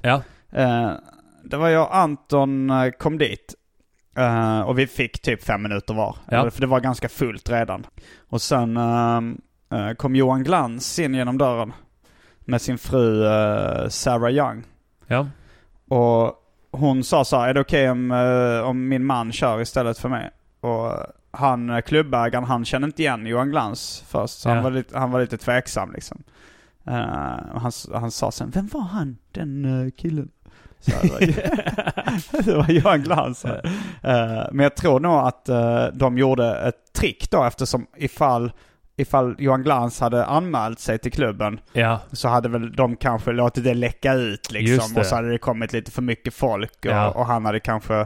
Uh, det var jag och Anton uh, kom dit. Uh, och vi fick typ fem minuter var. Ja. För det var ganska fullt redan. Och sen uh, uh, kom Johan Glans in genom dörren. Med sin fru uh, Sarah Young. Ja. Och hon sa så här, är det okej okay om, uh, om min man kör istället för mig? Och han, klubbägaren, han kände inte igen Johan Glans först. Så ja. han, var lite, han var lite tveksam liksom. Uh, och han, han sa sen, vem var han, den uh, killen? Så det, var, det var Johan Glans. Uh, men jag tror nog att uh, de gjorde ett trick då, eftersom ifall, ifall Johan Glans hade anmält sig till klubben, ja. så hade väl de kanske låtit det läcka ut liksom. Och så hade det kommit lite för mycket folk och, ja. och han hade kanske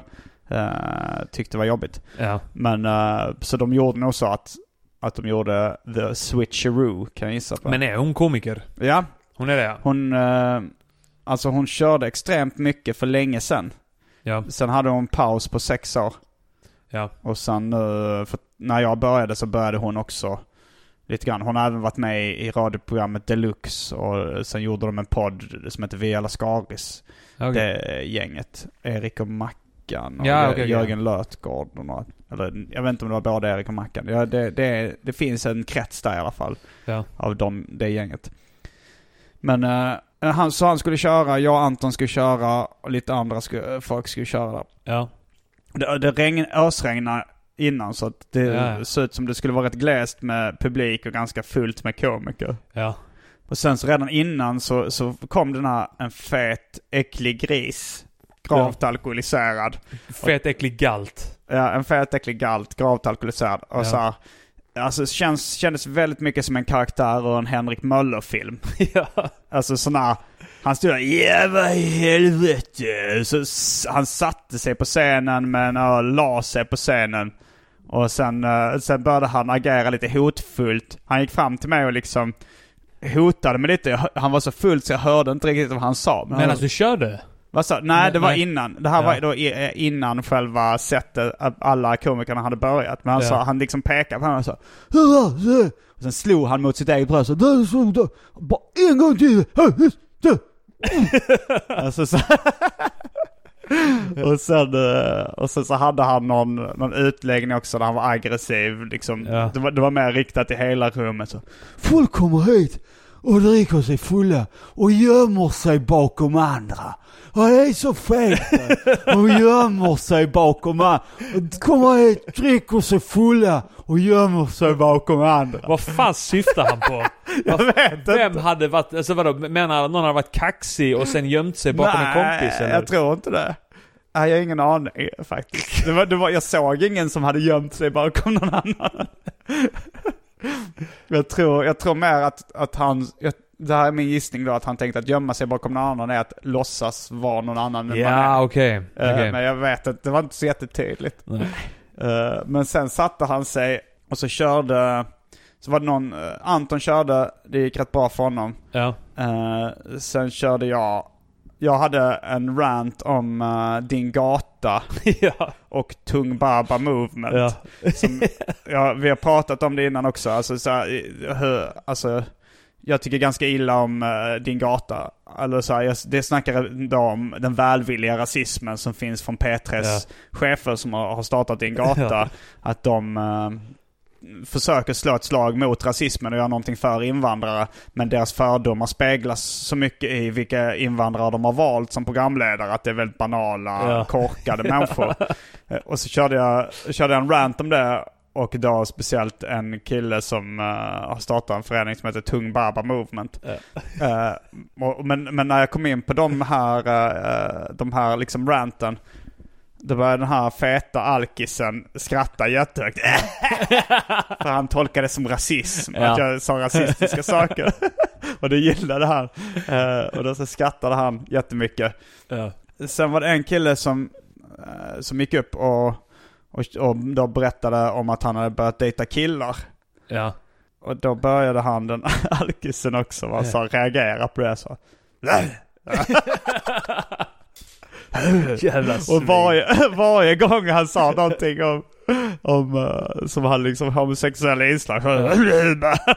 Uh, tyckte det var jobbigt. Ja. Men uh, så de gjorde nog så att att de gjorde the switcheroo, kan jag gissa på. Men är hon komiker? Ja. Hon är det, ja. Hon uh, alltså hon körde extremt mycket för länge sedan. Ja. Sen hade hon paus på sex år. Ja. Och sen uh, för när jag började så började hon också lite grann. Hon har även varit med i, i radioprogrammet Deluxe och sen gjorde de en podd som heter Via Lascaris. Okay. Det gänget. Erik och Mac och ja, okay, Jörgen okay. Lötgård och några, eller jag vet inte om det var både Erik och Mackan. Ja, det, det, det finns en krets där i alla fall ja. av dem, det gänget. Men uh, han sa han skulle köra, jag och Anton skulle köra och lite andra skulle, folk skulle köra där. Ja. Det, det regn, ösregnade innan så att det ja. såg ut som det skulle vara rätt gläst med publik och ganska fullt med komiker. Ja. Och sen så redan innan så, så kom den här en fet, äcklig gris. Gravt alkoholiserad. Fet äcklig galt. Ja, en fet äcklig galt, gravt alkoholiserad. Och ja. så här, alltså känns, kändes väldigt mycket som en karaktär och en Henrik Möller-film. Ja. Alltså såna, han stod där, ja vad i helvete. Så han satte sig på scenen men och la sig på scenen. Och sen, sen började han agera lite hotfullt. Han gick fram till mig och liksom hotade mig lite. Han var så fullt så jag hörde inte riktigt vad han sa. Men, men alltså du körde? Vad sa? Nej, det var nej. innan. Det här ja. var då innan själva sättet alla komikerna hade börjat. Men han, ja. sa, han liksom pekade på honom och sa och sen slog han mot sitt eget bröst och bara en gång till. Alltså så och sen och sen så hade han någon någon utläggning också där han var aggressiv liksom. Ja. Det var det var mer riktat i hela rummet så. Folk kommer hit och dricker sig fulla och gömmer sig bakom andra. Och det är så fel. Och gömmer sig bakom andra. Och kommer hit, dricker sig fulla och gömmer sig bakom andra. Vad fan syftar han på? Jag vet Vem inte. hade varit, alltså vadå, menar någon hade varit kaxig och sen gömt sig bakom Nej, en kompis? Eller? Jag tror inte det. Nej, jag har ingen aning faktiskt. Det var, det var, jag såg ingen som hade gömt sig bakom någon annan. Jag tror, jag tror mer att, att han, jag, det här är min gissning då, att han tänkte att gömma sig bakom någon annan är att låtsas vara någon annan. Ja, okej. Okay. Uh, okay. Men jag vet att det var inte så jättetydligt. Uh, men sen satte han sig och så körde, så var det någon, uh, Anton körde, det gick rätt bra för honom. Ja. Uh, sen körde jag. Jag hade en rant om uh, din gata ja. och Tung Baba Movement. Ja. Som, ja, vi har pratat om det innan också. Alltså, så här, hur, alltså, jag tycker ganska illa om uh, din gata. Alltså, så här, jag, det snackar då om den välvilliga rasismen som finns från P tres ja. chefer som har, har startat din gata. Ja. Att de... Uh, försöker slå ett slag mot rasismen och göra någonting för invandrare, men deras fördomar speglas så mycket i vilka invandrare de har valt som programledare att det är väldigt banala, ja. korkade människor. Och så körde jag, körde jag en rant om det, och då speciellt en kille som uh, har startat en förening som heter Tung Baba Movement. Ja. uh, och, men, men när jag kom in på de här, uh, de här liksom ranten, då började den här feta alkisen skratta jättehögt. För han tolkade det som rasism. Ja. Att jag sa rasistiska saker. Och det gillade han. Uh, och då så skrattade han jättemycket. Ja. Sen var det en kille som, uh, som gick upp och, och, och då berättade om att han hade börjat dejta killar. Ja. Och då började han, den alkisen också, var så reagera på det så. Och varje, varje gång han sa någonting om, om uh, som hade liksom homosexuella inslag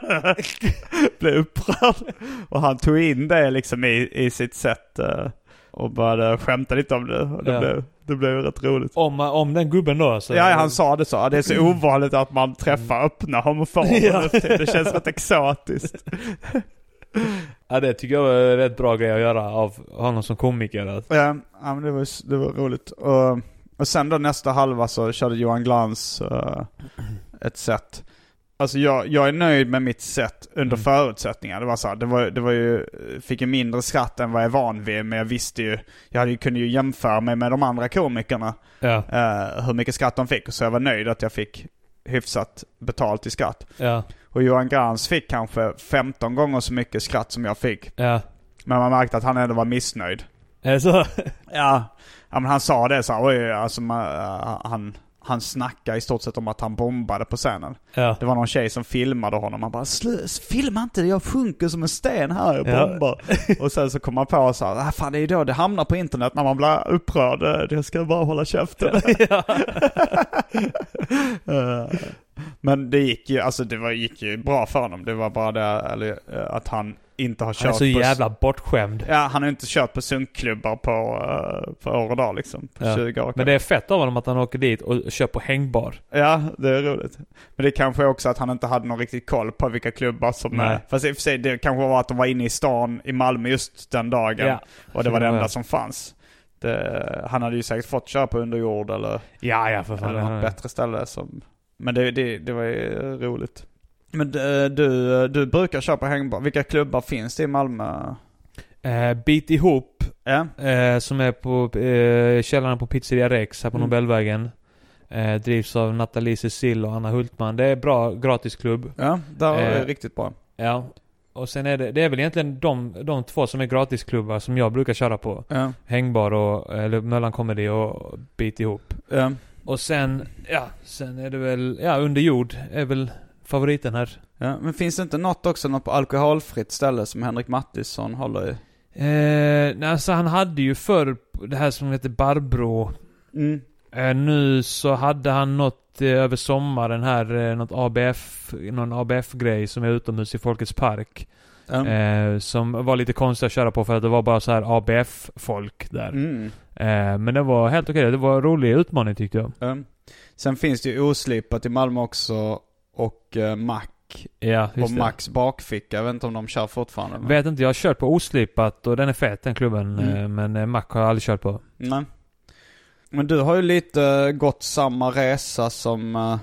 blev upprörd. Och han tog in det liksom i, i sitt sätt uh, och började skämta lite om det. Och det, ja. blev, det blev rätt roligt. Om, om den gubben då? Så ja, han sa det så. Det är så ovanligt att man träffar öppna homofober. Ja. Det känns rätt exotiskt. Ja, det tycker jag var en rätt bra grej att göra av honom som komiker. Alltså. Ja, ja, men det var, det var roligt. Och, och sen då nästa halva så körde Johan Glans uh, ett set. Alltså jag, jag är nöjd med mitt set under mm. förutsättningar. Det var så här, det var, det var ju, fick ju mindre skratt än vad jag är van vid. Men jag visste ju, jag hade ju, kunde ju jämföra mig med de andra komikerna. Ja. Uh, hur mycket skratt de fick. Så jag var nöjd att jag fick hyfsat betalt i skratt. Ja. Och Johan Glans fick kanske femton gånger så mycket skratt som jag fick. Ja. Men man märkte att han ändå var missnöjd. Är det så? Ja. Ja, men han sa det så här, oj, alltså man, uh, han... Han snackade i stort sett om att han bombade på scenen. Ja. Det var någon tjej som filmade honom. Han bara, slös, filma inte det, jag sjunker som en sten här och bombar. Ja. Och sen så kom han på och sa, ah, fan det är då det hamnar på internet när man blir upprörd. Det ska bara hålla käften. Ja. uh, men det gick ju, alltså det var, gick ju bra för honom. Det var bara det, eller, att han inte har kört. Han är så på, jävla bortskämd. Ja, han har inte kört på sunkklubbar på, uh, på år och dag liksom. På ja. tjugo år. Men det är fett av honom att han åker dit och kör på hängbar. Ja, det är roligt. Men det kanske är också att han inte hade någon riktigt koll på vilka klubbar som är. Fast i och för sig, det kanske var att de var inne i stan i Malmö just den dagen. Ja. Och det var det enda ja. som fanns. Det, han hade ju säkert fått köra på underjord eller, ja, ja, för fan, eller något ja. bättre ställe. Som, men det, det, det var ju roligt. Men du, du brukar köra på hängbar. Vilka klubbar finns det i Malmö? Eh, Bit ihop. Ja. Eh, som är på eh, källaren på Pizzeria Rex här på mm. Nobelvägen. Eh, drivs av Nathalie Cecil och Anna Hultman. Det är bra gratisklubb. Ja, det är eh, riktigt bra. Ja. Och sen är det, det är väl egentligen de, de två som är gratisklubbar som jag brukar köra på. Ja. Hängbar och, eller Möllan Comedy och Bit ihop. Ja. Och sen, ja, sen är det väl, ja, Under jord är väl favoriten här. Ja, men finns det inte något också, något på alkoholfritt ställe som Henrik Mattisson håller i? Eh, nej, alltså han hade ju förr det här som heter Barbro. Mm. Eh, nu så hade han något eh, över sommaren här, eh, något A B F, någon A B F-grej som är utomhus i Folkets park. Mm. Eh, som var lite konstigt att köra på för att det var bara så här A B F-folk där. Mm. Eh, men det var helt okej, det var en rolig utmaning tyckte jag. Mm. Sen finns det ju Oslipat i Malmö också och eh, Mac. Ja, och Max bakficka. Jag vet inte om de kör fortfarande. Men... Vet inte, jag har kört på Oslipat och den är fet den klubben. Mm. Men eh, Mac har jag aldrig kört på. Nej. Men du har ju lite gått samma resa som uh,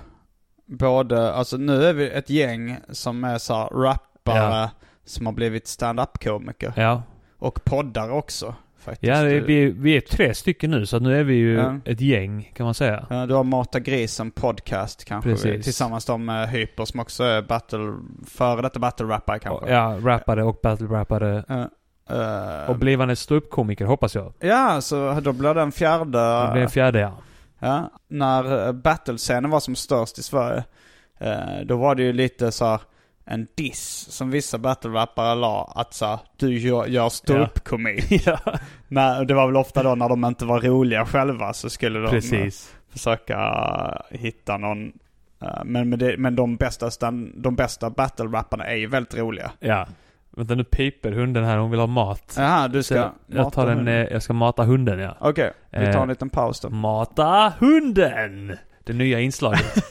både, alltså nu är vi ett gäng som är så här rappare ja. som har blivit stand-up-komiker. Ja. Och poddar också. Faktiskt. Ja, är, vi, vi är tre stycken nu så att nu är vi ju ja. ett gäng kan man säga. Ja, du har Mata Grisen podcast kanske. Precis. Tillsammans med Hyper som också är battle, före detta battle-rappare kanske. Ja, rappare och battle-rappare. Ja. Uh, och blivande ståuppkomiker hoppas jag. Ja, så då blir den fjärde. Det blir en fjärde, ja. Ja, när battle-scenen var som störst i Sverige, uh, då var det ju lite så här en diss som vissa battle-rappare la att så du gör, gör ståuppkomik. Ja. Nej, det var väl ofta då när de inte var roliga själva så skulle de Precis. försöka hitta någon. Uh, men med det, men de bästa stand, de bästa battle-rapparna är ju väldigt roliga. Ja. Vänta, nu piper hunden här. Hon vill ha mat. Jaha, du ska jag tar en, jag ska mata hunden, ja. Okej, okay, vi tar en liten paus då. Mata hunden! Det nya inslaget.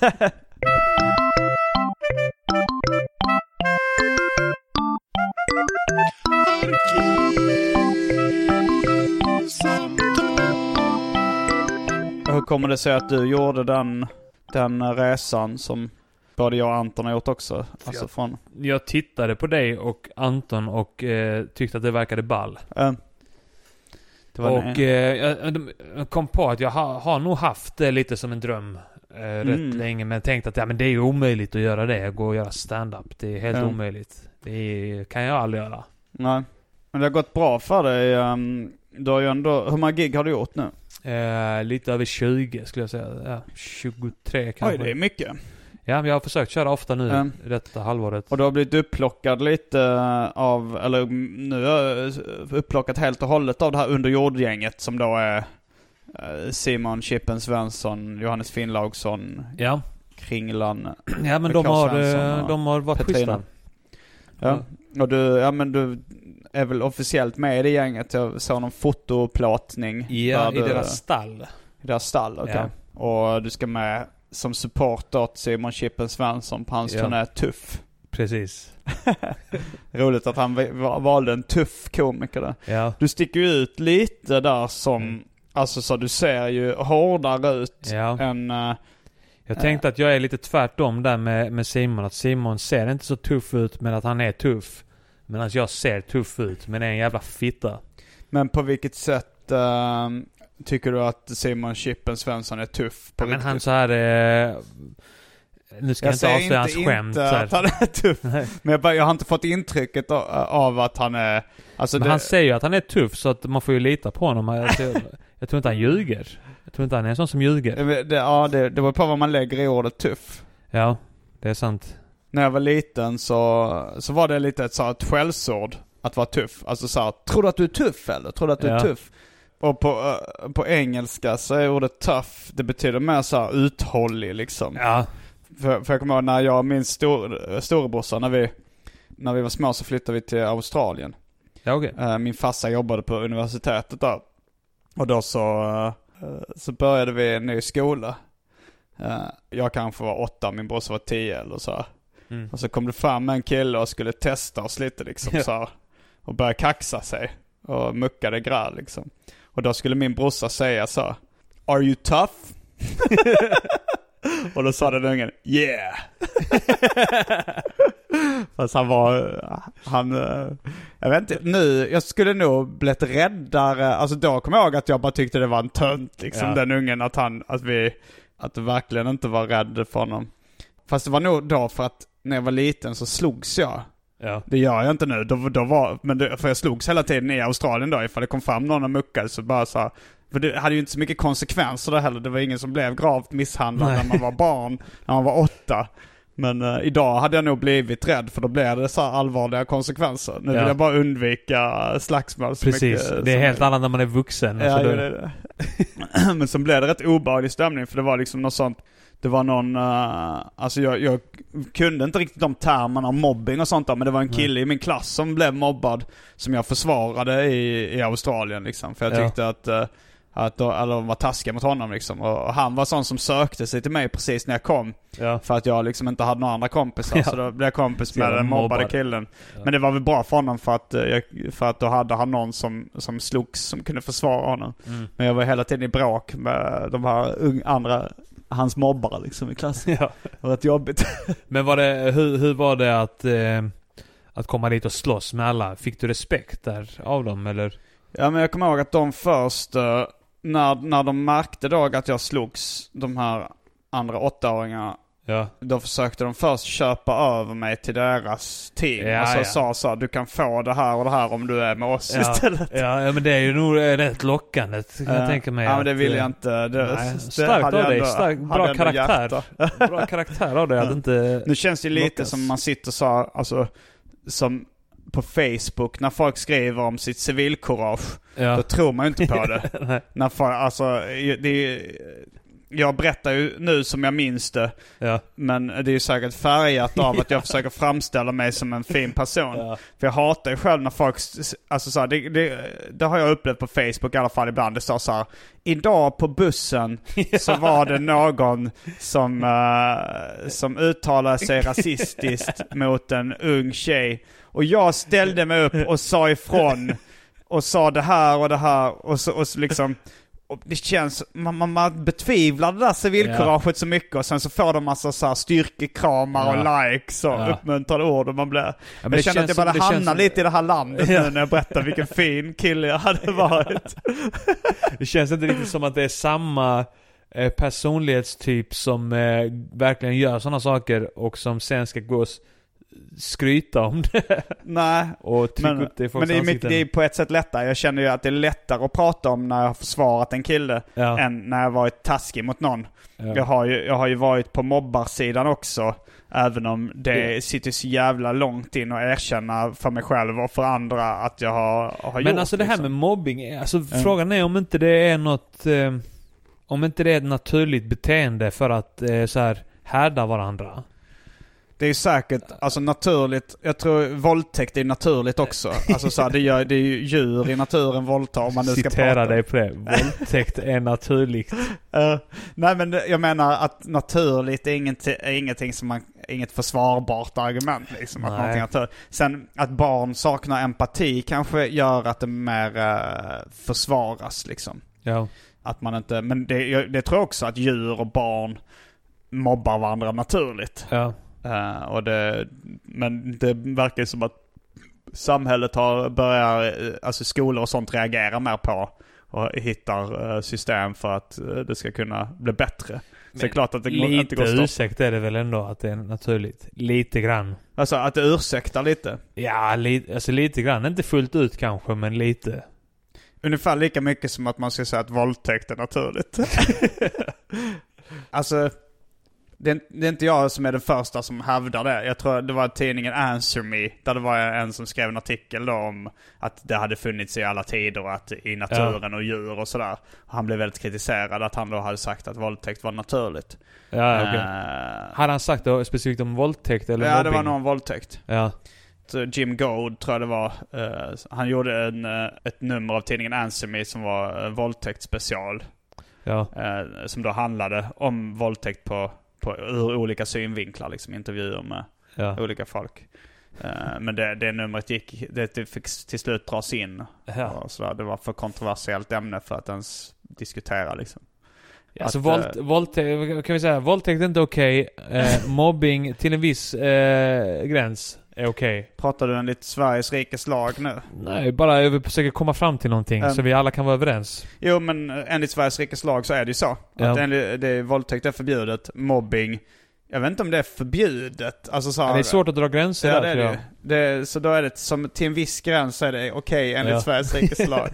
Hur kommer det sig att du gjorde den, den resan som både jag och Anton har gjort också? Alltså jag, från... jag tittade på dig och Anton och eh, tyckte att det verkade ball. Mm. Det var och eh, jag, jag kom på att jag ha, har nog haft det lite som en dröm eh, rätt mm. länge. Men tänkte att ja, men det är ju omöjligt att göra det. Gå och göra stand-up. Det är helt mm. omöjligt. Det är, kan jag aldrig göra. Nej. Men det har gått bra för dig. Um, du har ju ändå, hur många gig har du gjort nu? Eh, lite över tjugo skulle jag säga. Ja, tjugotre kanske. Oj, det är mycket. Ja, men jag har försökt köra ofta nu mm. detta halvåret. Och du har blivit upplockad lite av, eller nu är upplockat helt och hållet av det här underjordgänget som då är Simon Chippen Svensson, Johannes Finnlaugsson, ja. Kringlan. Ja, men de har, de har varit schyssta. Ja. Och du, ja men du, är väl officiellt med i det gänget. Jag såg någon fotoplåtning. Ja, i du, deras stall. I deras stall, okej. Okay. Ja. Och du ska med som support åt Simon Chippen Svensson på hans ja. turné Tuff. Precis. Roligt att han valde en tuff komiker där. Ja. Du sticker ju ut lite där som, mm. alltså så du ser ju hårdare ut ja. än... Uh, jag tänkte att jag är lite tvärtom där med, med Simon. Att Simon ser inte så tuff ut, men att han är tuff. Men att jag ser tuff ut, men är en jävla fitta. Men på vilket sätt uh, tycker du att Simon Chippen Svensson är tuff? På ja, men han så här... Uh, nu ska jag, jag inte avslöja hans inte skämt. Inte att han är tuff. Men jag, bara, jag har inte fått intrycket av, av att han är... Alltså men det... han säger ju att han är tuff, så att man får ju lita på honom. Jag tror, jag tror inte han ljuger. Jag tror inte han är en sån som ljuger. Det, ja, det, det var på vad man lägger i ordet tuff. Ja, det är sant. När jag var liten så, så var det lite ett, så ett skällsord att vara tuff. Alltså så här, tror du att du är tuff eller? Tror du att du är ja. tuff? Och på, på engelska så är ordet tough, det betyder mer så här uthållig liksom. Ja. För, för jag kommer ihåg när jag och min stor, storebrorsa, när vi, när vi var små så flyttade vi till Australien. Ja, okay. Min farsa jobbade på universitetet där. Och då så, så började vi en ny skola. Jag kanske var åtta, min brorsa var tio eller så. Mm. Och så kom det fram en kille och skulle testa oss lite liksom ja. så. Och började kaxa sig. Och muckade gräl liksom. Och då skulle min brorsa säga så: Are you tough? Och då sa den ungen, yeah. Fast han var, han, jag vet inte, nu, jag skulle nog blivit räddare. Alltså då kom jag ihåg att jag bara tyckte det var en tönt liksom, ja. den ungen, att han, att vi, att det verkligen inte var rädd för honom. Fast det var nog då för att när jag var liten så slogs jag. Ja. Det gör jag inte nu, då, då var, men det, för jag slogs hela tiden i Australien då, ifall det kom fram någon och muckade så bara så. För det hade ju inte så mycket konsekvenser där heller. Det var ingen som blev gravt misshandlad Nej. när man var barn, när man var åtta. Men uh, idag hade jag nog blivit rädd, för då blev det så här allvarliga konsekvenser. Nu ja. vill jag bara undvika slagsmål. Precis, mycket, det är helt annat när man är vuxen. Ja, alltså det är det. Men så blev det rätt obehaglig stämning, för det var liksom något sånt. Det var någon, uh, alltså jag, jag kunde inte riktigt de termerna om mobbing och sånt där, men det var en kille mm. i min klass som blev mobbad, som jag försvarade i, i Australien liksom. För jag tyckte ja. att, uh, att då, eller de var taskiga mot honom liksom. Och, och han var sån som sökte sig till mig precis när jag kom. Ja. För att jag liksom inte hade några andra kompisar. Ja. Så då blev jag kompis med den mobbade killen. Ja. Men det var väl bra för honom, för att, jag, för att då hade han någon som, som slogs, som kunde försvara honom. Mm. Men jag var hela tiden i bråk med de här unga, andra, hans mobbare liksom i klassen. Ja. Det var rätt jobbigt. Men var det, hur, hur var det att, eh, att komma dit och slåss med alla? Fick du respekt där av dem eller? Ja, men jag kommer ihåg att de först, eh, när, när de märkte då att jag slogs, de här andra åttaåringarna, ja. då försökte de först köpa över mig till deras team. Ja, och så ja. sa så, du kan få det här och det här om du är med oss ja. istället. Ja, ja, men det är ju nog rätt lockande, kan uh, jag tänka mig. Ja, men det vill jag inte. Det, nej, det starkt av dig, stark, bra karaktär. Bra karaktär av dig. Att inte nu känns det lite lockas. Som man sitter så, alltså, som på Facebook, när folk skriver om sitt civilkurage, ja. då tror man ju inte på det. när folk, alltså, det är, jag berättar ju nu som jag minns det, ja. men det är ju säkert färgat av att jag försöker framställa mig som en fin person. Ja. För jag hatar ju själv när folk, alltså så här, det, det, det har jag upplevt på Facebook i alla fall ibland. Det står så här: idag på bussen ja. så var det någon som, uh, som uttalade sig rasistiskt mot en ung tjej. Och jag ställde mig upp och sa ifrån och sa det här och det här och så, och så liksom, och det känns, man, man betvivlar det där civilkuraget yeah. så mycket, och sen så får de massa så här styrkekramar yeah. och likes och yeah. uppmuntrande ord, och man blir, ja, jag känner känns, att jag bara hamnar lite i det här landet yeah. nu när jag berättar vilken fin kille jag hade varit. Det känns inte riktigt som att det är samma eh, personlighetstyp som eh, verkligen gör sådana saker och som sen ska gå skryta om det. Nej, och men, upp det i men det är, mycket, det är på ett sätt lättare. Jag känner ju att det är lättare att prata om när jag har försvarat en kille ja. än när jag varit taskig mot någon. Ja. Jag, har ju, jag har ju varit på mobbarsidan också, även om det ja. sitter så jävla långt in och erkänna för mig själv och för andra att jag har, har men gjort. Men alltså det här liksom. med mobbing, alltså mm. frågan är om inte det är något eh, om inte det är ett naturligt beteende för att eh, så här härda varandra. Det är ju säkert, alltså naturligt, jag tror våldtäkt är naturligt också. Alltså så här, det, gör, det är ju djur i naturen våldtar om man nu ska Citera prata. dig på det. Våldtäkt är naturligt. Uh, nej men det, jag menar att naturligt är, inget, är ingenting som man, inget försvarbart argument liksom. Att någonting natur. Sen att barn saknar empati kanske gör att det mer uh, försvaras liksom. Ja. Att man inte, men det, det tror jag också att djur och barn mobbar varandra naturligt. Ja. Uh, och det, men det verkar som att samhället har börjat, alltså skolor och sånt reagerar mer på och hittar uh, system för att uh, det ska kunna bli bättre. Men så det är klart att det går, inte går att lite ursäkt är det väl ändå att det är naturligt. Lite grann. Alltså att det ursäktar lite? Ja, li- alltså lite grann. Inte fullt ut kanske, men lite. Ungefär lika mycket som att man ska säga att våldtäkt är naturligt. Alltså... Det är, det är inte jag som är den första som hävdar det. Jag tror det var tidningen Answer Me. Där det var en som skrev en artikel då om att det hade funnits i alla tider. Att i naturen ja. och djur och sådär. Han blev väldigt kritiserad att han då hade sagt att våldtäkt var naturligt. Ja, okay. uh, Hade han sagt då specifikt om våldtäkt eller Ja, mobbing? det var någon våldtäkt. Ja. Så Jim Gold tror jag det var. Uh, han gjorde en, uh, ett nummer av tidningen Answer Me som var uh, våldtäktsspecial. Ja. Uh, som då handlade om våldtäkt på... på ur olika synvinklar, liksom intervjuer med ja. olika folk. Uh, men det, det numret gick, det, det fick till slut dras in. Ja. Och så där. Det var för kontroversiellt ämne för att ens diskutera liksom. Ja, alltså att, våld, uh, våldtäkt, kan vi säga, våldtäkt är inte okej. Okay. Uh, mobbing till en viss uh, gräns är okej. Okay. Pratar du enligt Sveriges rikes lag nu? Nej, bara jag försöker komma fram till någonting um, så vi alla kan vara överens. Jo, men enligt Sveriges rikes lag så är det ju så. Ja. Att enligt, det är, våldtäkt är förbjudet. Mobbing, jag vet inte om det är förbjudet. Alltså så här, ja, det är svårt att dra gränser ja, där, det är det. det. Så då är det som till en viss gräns så är det okej okay, enligt ja. Sveriges rikes lag.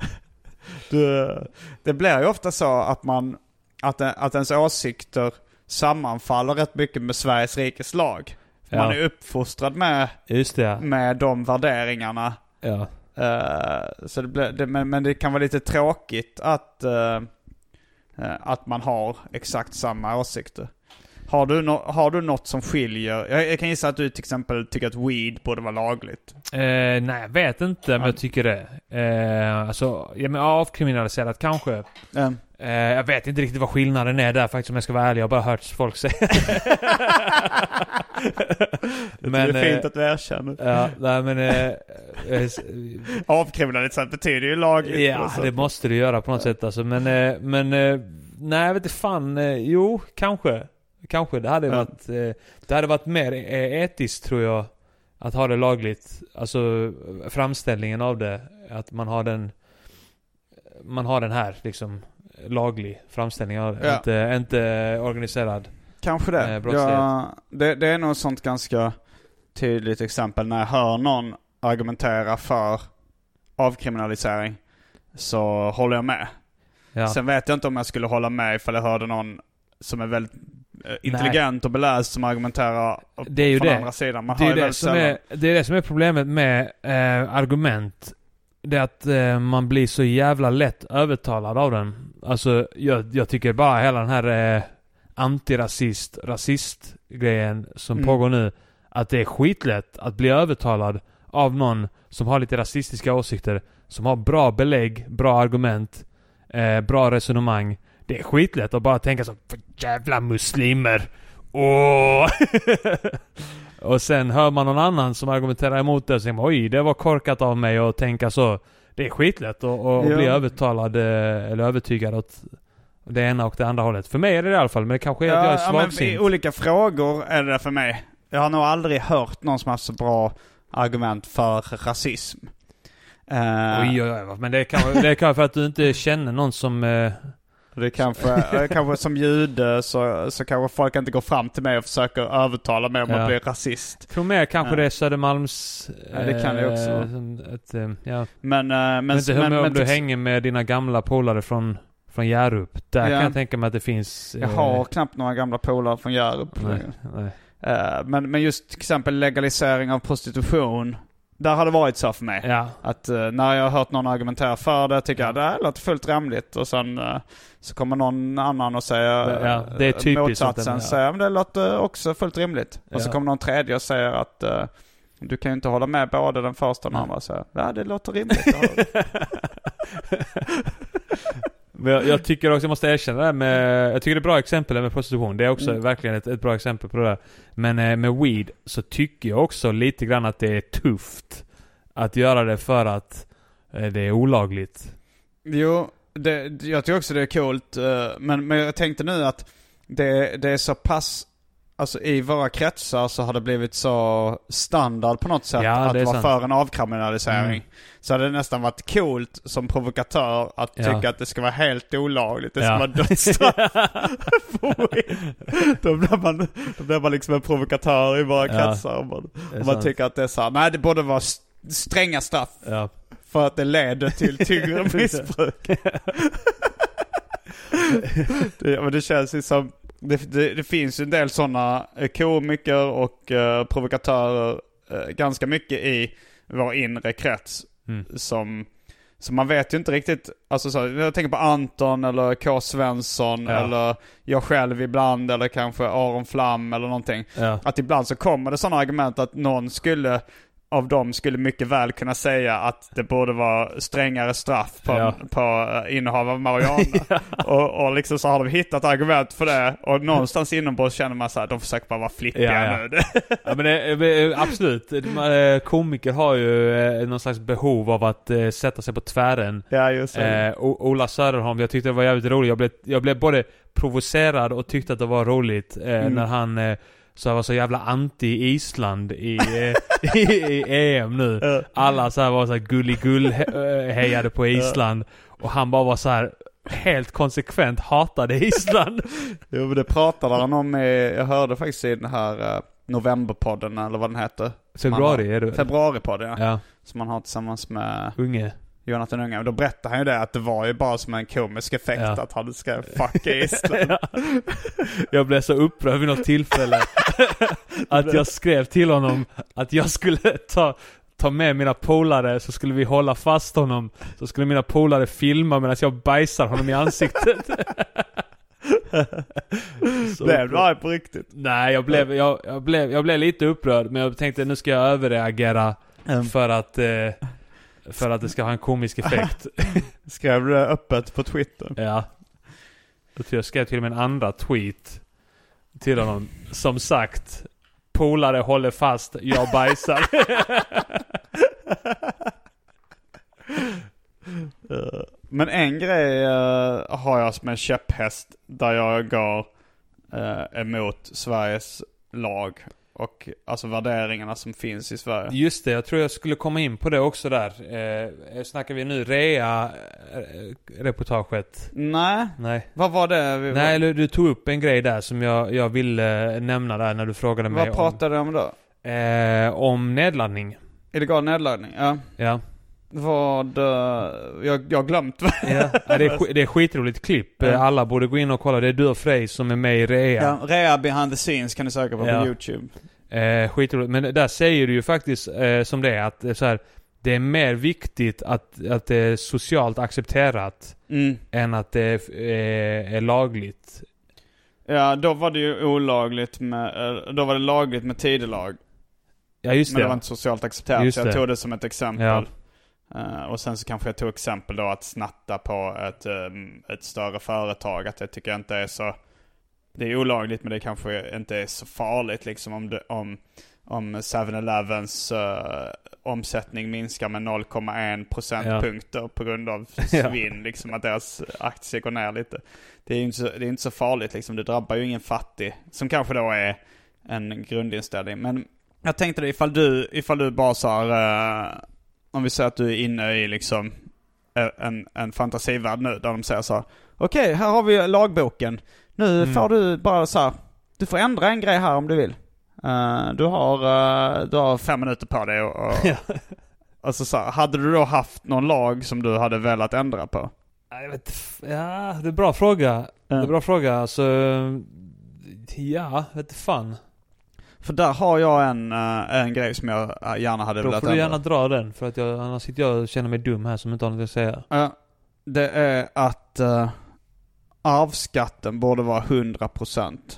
det, det blir ju ofta så att man att, att ens åsikter sammanfaller rätt mycket med Sveriges rikes lag. Ja. Man är uppfostrad med, Just det. med de värderingarna. Ja. Uh, så det blir, det, men, men det kan vara lite tråkigt att, uh, att man har exakt samma åsikter. Har du, no, har du något som skiljer? Jag, jag kan gissa att du till exempel tycker att weed borde vara lagligt. Eh, nej, jag vet inte om ja. jag tycker det. Eh, alltså, ja, men avkriminaliserat kanske. Mm. Eh, jag vet inte riktigt vad skillnaden är där faktiskt, om jag ska vara ärlig. Jag har bara hört folk säga. Men, det är fint eh, att du erkänner. Ja, nej, men... Eh, eh, avkriminaliserat betyder ju lagligt. Ja, det måste du göra på något ja. sätt. Alltså. Men, eh, men eh, nej, jag vet inte fan. Eh, jo, kanske. Kanske. Det hade, ja. varit, eh, det hade varit mer etiskt, tror jag, att ha det lagligt. Alltså, framställningen av det. Att man har den... Man har den här, liksom... laglig framställning av det. Ja. Inte, inte organiserad. Kanske det. Eh, ja, det. Det är nog ett sånt ganska tydligt exempel när jag hör någon argumentera för avkriminalisering, så håller jag med. Ja. Sen vet jag inte om jag skulle hålla med ifall jag hörde någon som är väldigt intelligent Nej. och beläst som argumenterar det är ju från det. andra sidan. Man det, är det, det, som är, det är det som är problemet med eh, argument. Det är att eh, man blir så jävla lätt övertalad av den. Alltså, jag, jag tycker bara hela den här eh, antirasist, rasist-grejen som mm. pågår nu, att det är skitlätt att bli övertalad av någon som har lite rasistiska åsikter, som har bra belägg, bra argument, eh, bra resonemang. Det är skitlätt att bara tänka så, för jävla muslimer. Åh! Och sen hör man någon annan som argumenterar emot det och säger, oj, det var korkat av mig att tänka så. Det är skitlätt att, att ja. bli övertalad eller övertygad åt det ena och det andra hållet. För mig är det i alla fall, men det kanske är ja, att jag är svagsint. Ja, men i olika frågor är det för mig. Jag har nog aldrig hört någon som har så bra argument för rasism. Uh, oj, oj, oj, men det är kanske, det är kanske för att du inte känner någon som... Uh, Det kanske, kanske som jude så, så kanske folk inte går fram till mig och försöker övertala mig om ja. att bli rasist. Jag tror mer kanske ja. det är Södermalms... Ja, det kan det också. Äh, ett, äh, ja. Men, äh, men, men inte hur men, om men, du hänger med dina gamla polare från, från Hjärup. Där ja. kan jag tänka mig att det finns... Jag har äh, knappt några gamla polare från Hjärup. Nej, nej. Äh, men, men just till exempel legalisering av prostitution där har det varit så för mig. Ja. Att uh, när jag har hört någon argumentera för det tycker jag det här låter fullt rimligt. Och sen uh, så kommer någon annan och säger ja, det är typiskt motsatsen. Ja. Säger men det låter också fullt rimligt. Ja. Och så kommer någon tredje och säger att uh, du kan ju inte hålla med både den första och den ja. andra. Så ja, det låter rimligt. Men jag, jag tycker också, jag måste erkänna det här med, jag tycker det är bra exempel med prostitution. Det är också mm. verkligen ett, ett bra exempel på det där. Men eh, med weed så tycker jag också lite grann att det är tufft att göra det för att eh, det är olagligt. Jo, det, jag tycker också det är coolt. Uh, men, men jag tänkte nu att det, det är så pass, alltså i våra kretsar så har det blivit så standard på något sätt ja, att vara sant. för en avkriminalisering. Mm. Så hade det nästan varit coolt som provokatör att ja. tycka att det ska vara helt olagligt. Det ska ja. vara dödsstraff. då, blir man, då blir man liksom en provokatör i våra kretsar. Ja. Och man, och man tycker att det är så här, nej det borde vara stränga straff. Ja. För att det leder till tyngre missbruk. det, men det känns ju som Det, det, det finns ju en del sådana komiker och uh, provokatörer uh, ganska mycket i vår inre krets mm. som, som man vet ju inte riktigt, alltså så, jag tänker på Anton eller K. Svensson ja. eller jag själv ibland eller kanske Aron Flam eller någonting. Ja. Att ibland så kommer det sådana argument att någon skulle av dem skulle mycket väl kunna säga att det borde vara strängare straff på, ja. på innehav av marijuana. ja. och, och liksom så har de hittat argument för det. Och någonstans inombords känner man så här, de försöker bara vara flippiga ja, ja. nu. ja, men det, absolut. Komiker har ju någon slags behov av att eh, sätta sig på tvären. Ja, just det. Eh, Ola Söderholm, jag tyckte det var jävligt roligt. Jag blev, jag blev både provocerad och tyckte att det var roligt eh, mm. när han... Eh, så jag var så jävla anti-Island i, i, i E M nu. Alla så här var så här gulligull hejade på Island. Och han bara var så här helt konsekvent hatade Island. Jo, men det pratade han om i, jag hörde faktiskt i den här uh, novemberpodden eller vad den heter. Februari har, är det. Februaripodden, ja. ja. Som man har tillsammans med Unge. Jonathan Unge. Och då berättade han ju det att det var ju bara som en komisk effekt ja. att han ska fucka Island. ja. Jag blev så upprörd vid något tillfälle att jag skrev till honom att jag skulle ta, ta med mina polare, så skulle vi hålla fast honom, så skulle mina polare filma medan jag bajsar honom i ansiktet. Blev du arg på riktigt? Nej, jag blev, jag, jag, blev, jag blev lite upprörd, men jag tänkte nu ska jag överreagera mm. för att eh, för att det ska ha en komisk effekt. Skrev du öppet på Twitter? Ja. Jag skrev till och med en andra tweet till honom. Som sagt, polare håller fast, jag bajsar. Men en grej uh, har jag som en käpphäst där jag går uh, emot Sveriges lag och alltså värderingarna som finns i Sverige. Just det, jag tror jag skulle komma in på det också där. Eh, snackar vi nu Rea-reportaget? Nej. Nej. Vad var det? Vi var... Nej, eller du tog upp en grej där som jag, jag ville nämna där när du frågade mig. Vad pratade du om då? Eh, om nedladdning. Illegal nedladdning, ja. Ja. Vad... Uh, jag jag har glömt. ja. ja, det är, det är skitroligt klipp. Ja. Alla borde gå in och kolla. Det är du och Frej som är med i Rea. Ja, Rea behind the scenes kan du söka på, ja. på YouTube. Eh, skitroligt. Men där säger du ju faktiskt eh, som det är att så här, det är mer viktigt att, att det är socialt accepterat mm. än att det är, är, är lagligt. Ja, då var det ju olagligt med... Då var det lagligt med tidelag. Ja, just det. Men det var inte socialt accepterat. Just så jag det. tog det som ett exempel. Ja. Uh, och sen så kanske jag tog exempel då att snatta på ett, um, ett större företag. Att jag tycker inte är så... Det är olagligt, men det kanske inte är så farligt liksom om, det, om, om seven elevens uh, omsättning minskar med noll komma en procentpunkter ja. på grund av svinn. liksom att deras aktier går ner lite. Det är ju inte så, det är inte så farligt liksom. Det drabbar ju ingen fattig. Som kanske då är en grundinställning. Men jag tänkte det, ifall du, ifall du bara så här, uh, om vi säger att du är inne i liksom en, en fantasivärld nu där de säger så här: okej, okay, här har vi lagboken. Nu mm. får du bara så här, du får ändra en grej här om du vill. Uh, du har uh, du har fem minuter på dig och, och ja. alltså så här, hade du då haft någon lag som du hade velat ändra på? Jag vet, ja, det är bra fråga. Mm. Det är bra fråga. Alltså, ja, vet fan. För där har jag en, en grej som jag gärna hade Då velat får du ändra. gärna dra den, för att jag, annars sitter jag och känner mig dum här som inte har något att säga. Ja, det är att uh, arvsskatten borde vara hundra procent.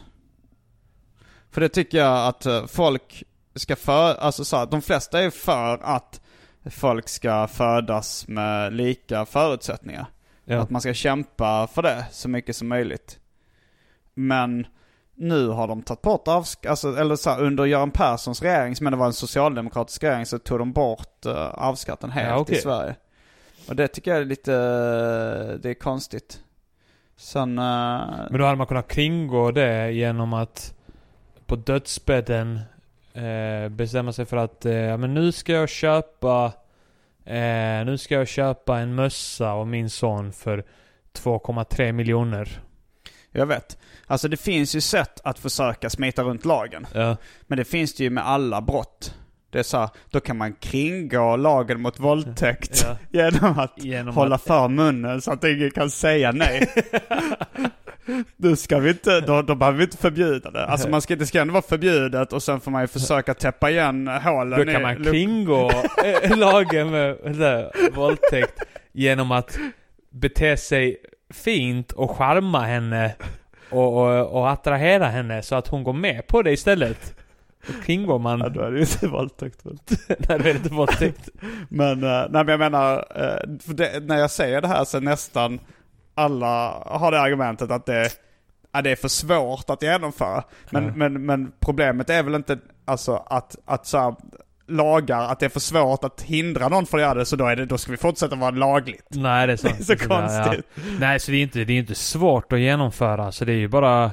För det tycker jag att uh, folk ska för, alltså så att de flesta är för att folk ska födas med lika förutsättningar. Ja. Att man ska kämpa för det så mycket som möjligt. Men nu har de tagit bort arvs- alltså, eller så här, under Göran Perssons regering, som det var en socialdemokratisk regering, så tog de bort uh, arvsskatten helt Ja, okay. i Sverige. Och det tycker jag är lite, det är konstigt. Sen, uh, Men då hade man kunnat kringgå det genom att på dödsbädden eh, bestämma sig för att eh, men nu ska jag köpa eh, nu ska jag köpa en mössa av min son för två komma tre miljoner. Jag vet. Alltså det finns ju sätt att försöka smita runt lagen. Ja. Men det finns det ju med alla brott. Det är så här, då kan man kringgå lagen mot våldtäkt Ja. genom att Genom hålla att... för munnen så att ingen kan säga nej. Då ska vi inte, då, då behöver vi inte förbjuda det. Alltså man ska, det ska ändå vara förbjudet, och sen får man ju försöka täppa igen hålen. Då kan man i, kringgå eh, lagen med där, våldtäkt genom att bete sig fint och charma henne och, och, och attrahera henne så att hon går med på det istället. Då kringgår man... Ja, då är det ju inte våldtäkt. Nej, det är inte våldtäkt. Men, uh, nej, men jag menar, uh, för det, när jag säger det här så nästan alla har det argumentet att det, ja, det är för svårt att genomföra. Men, Ja. men, men problemet är väl inte alltså att, att så här, lagar, att det är för svårt att hindra någon från att göra det, så då, är det, då ska vi fortsätta vara lagligt. Nej, det är, sant. Det är så konstigt. Ja. Nej, så det är inte, det är inte svårt att genomföra, så det är ju bara...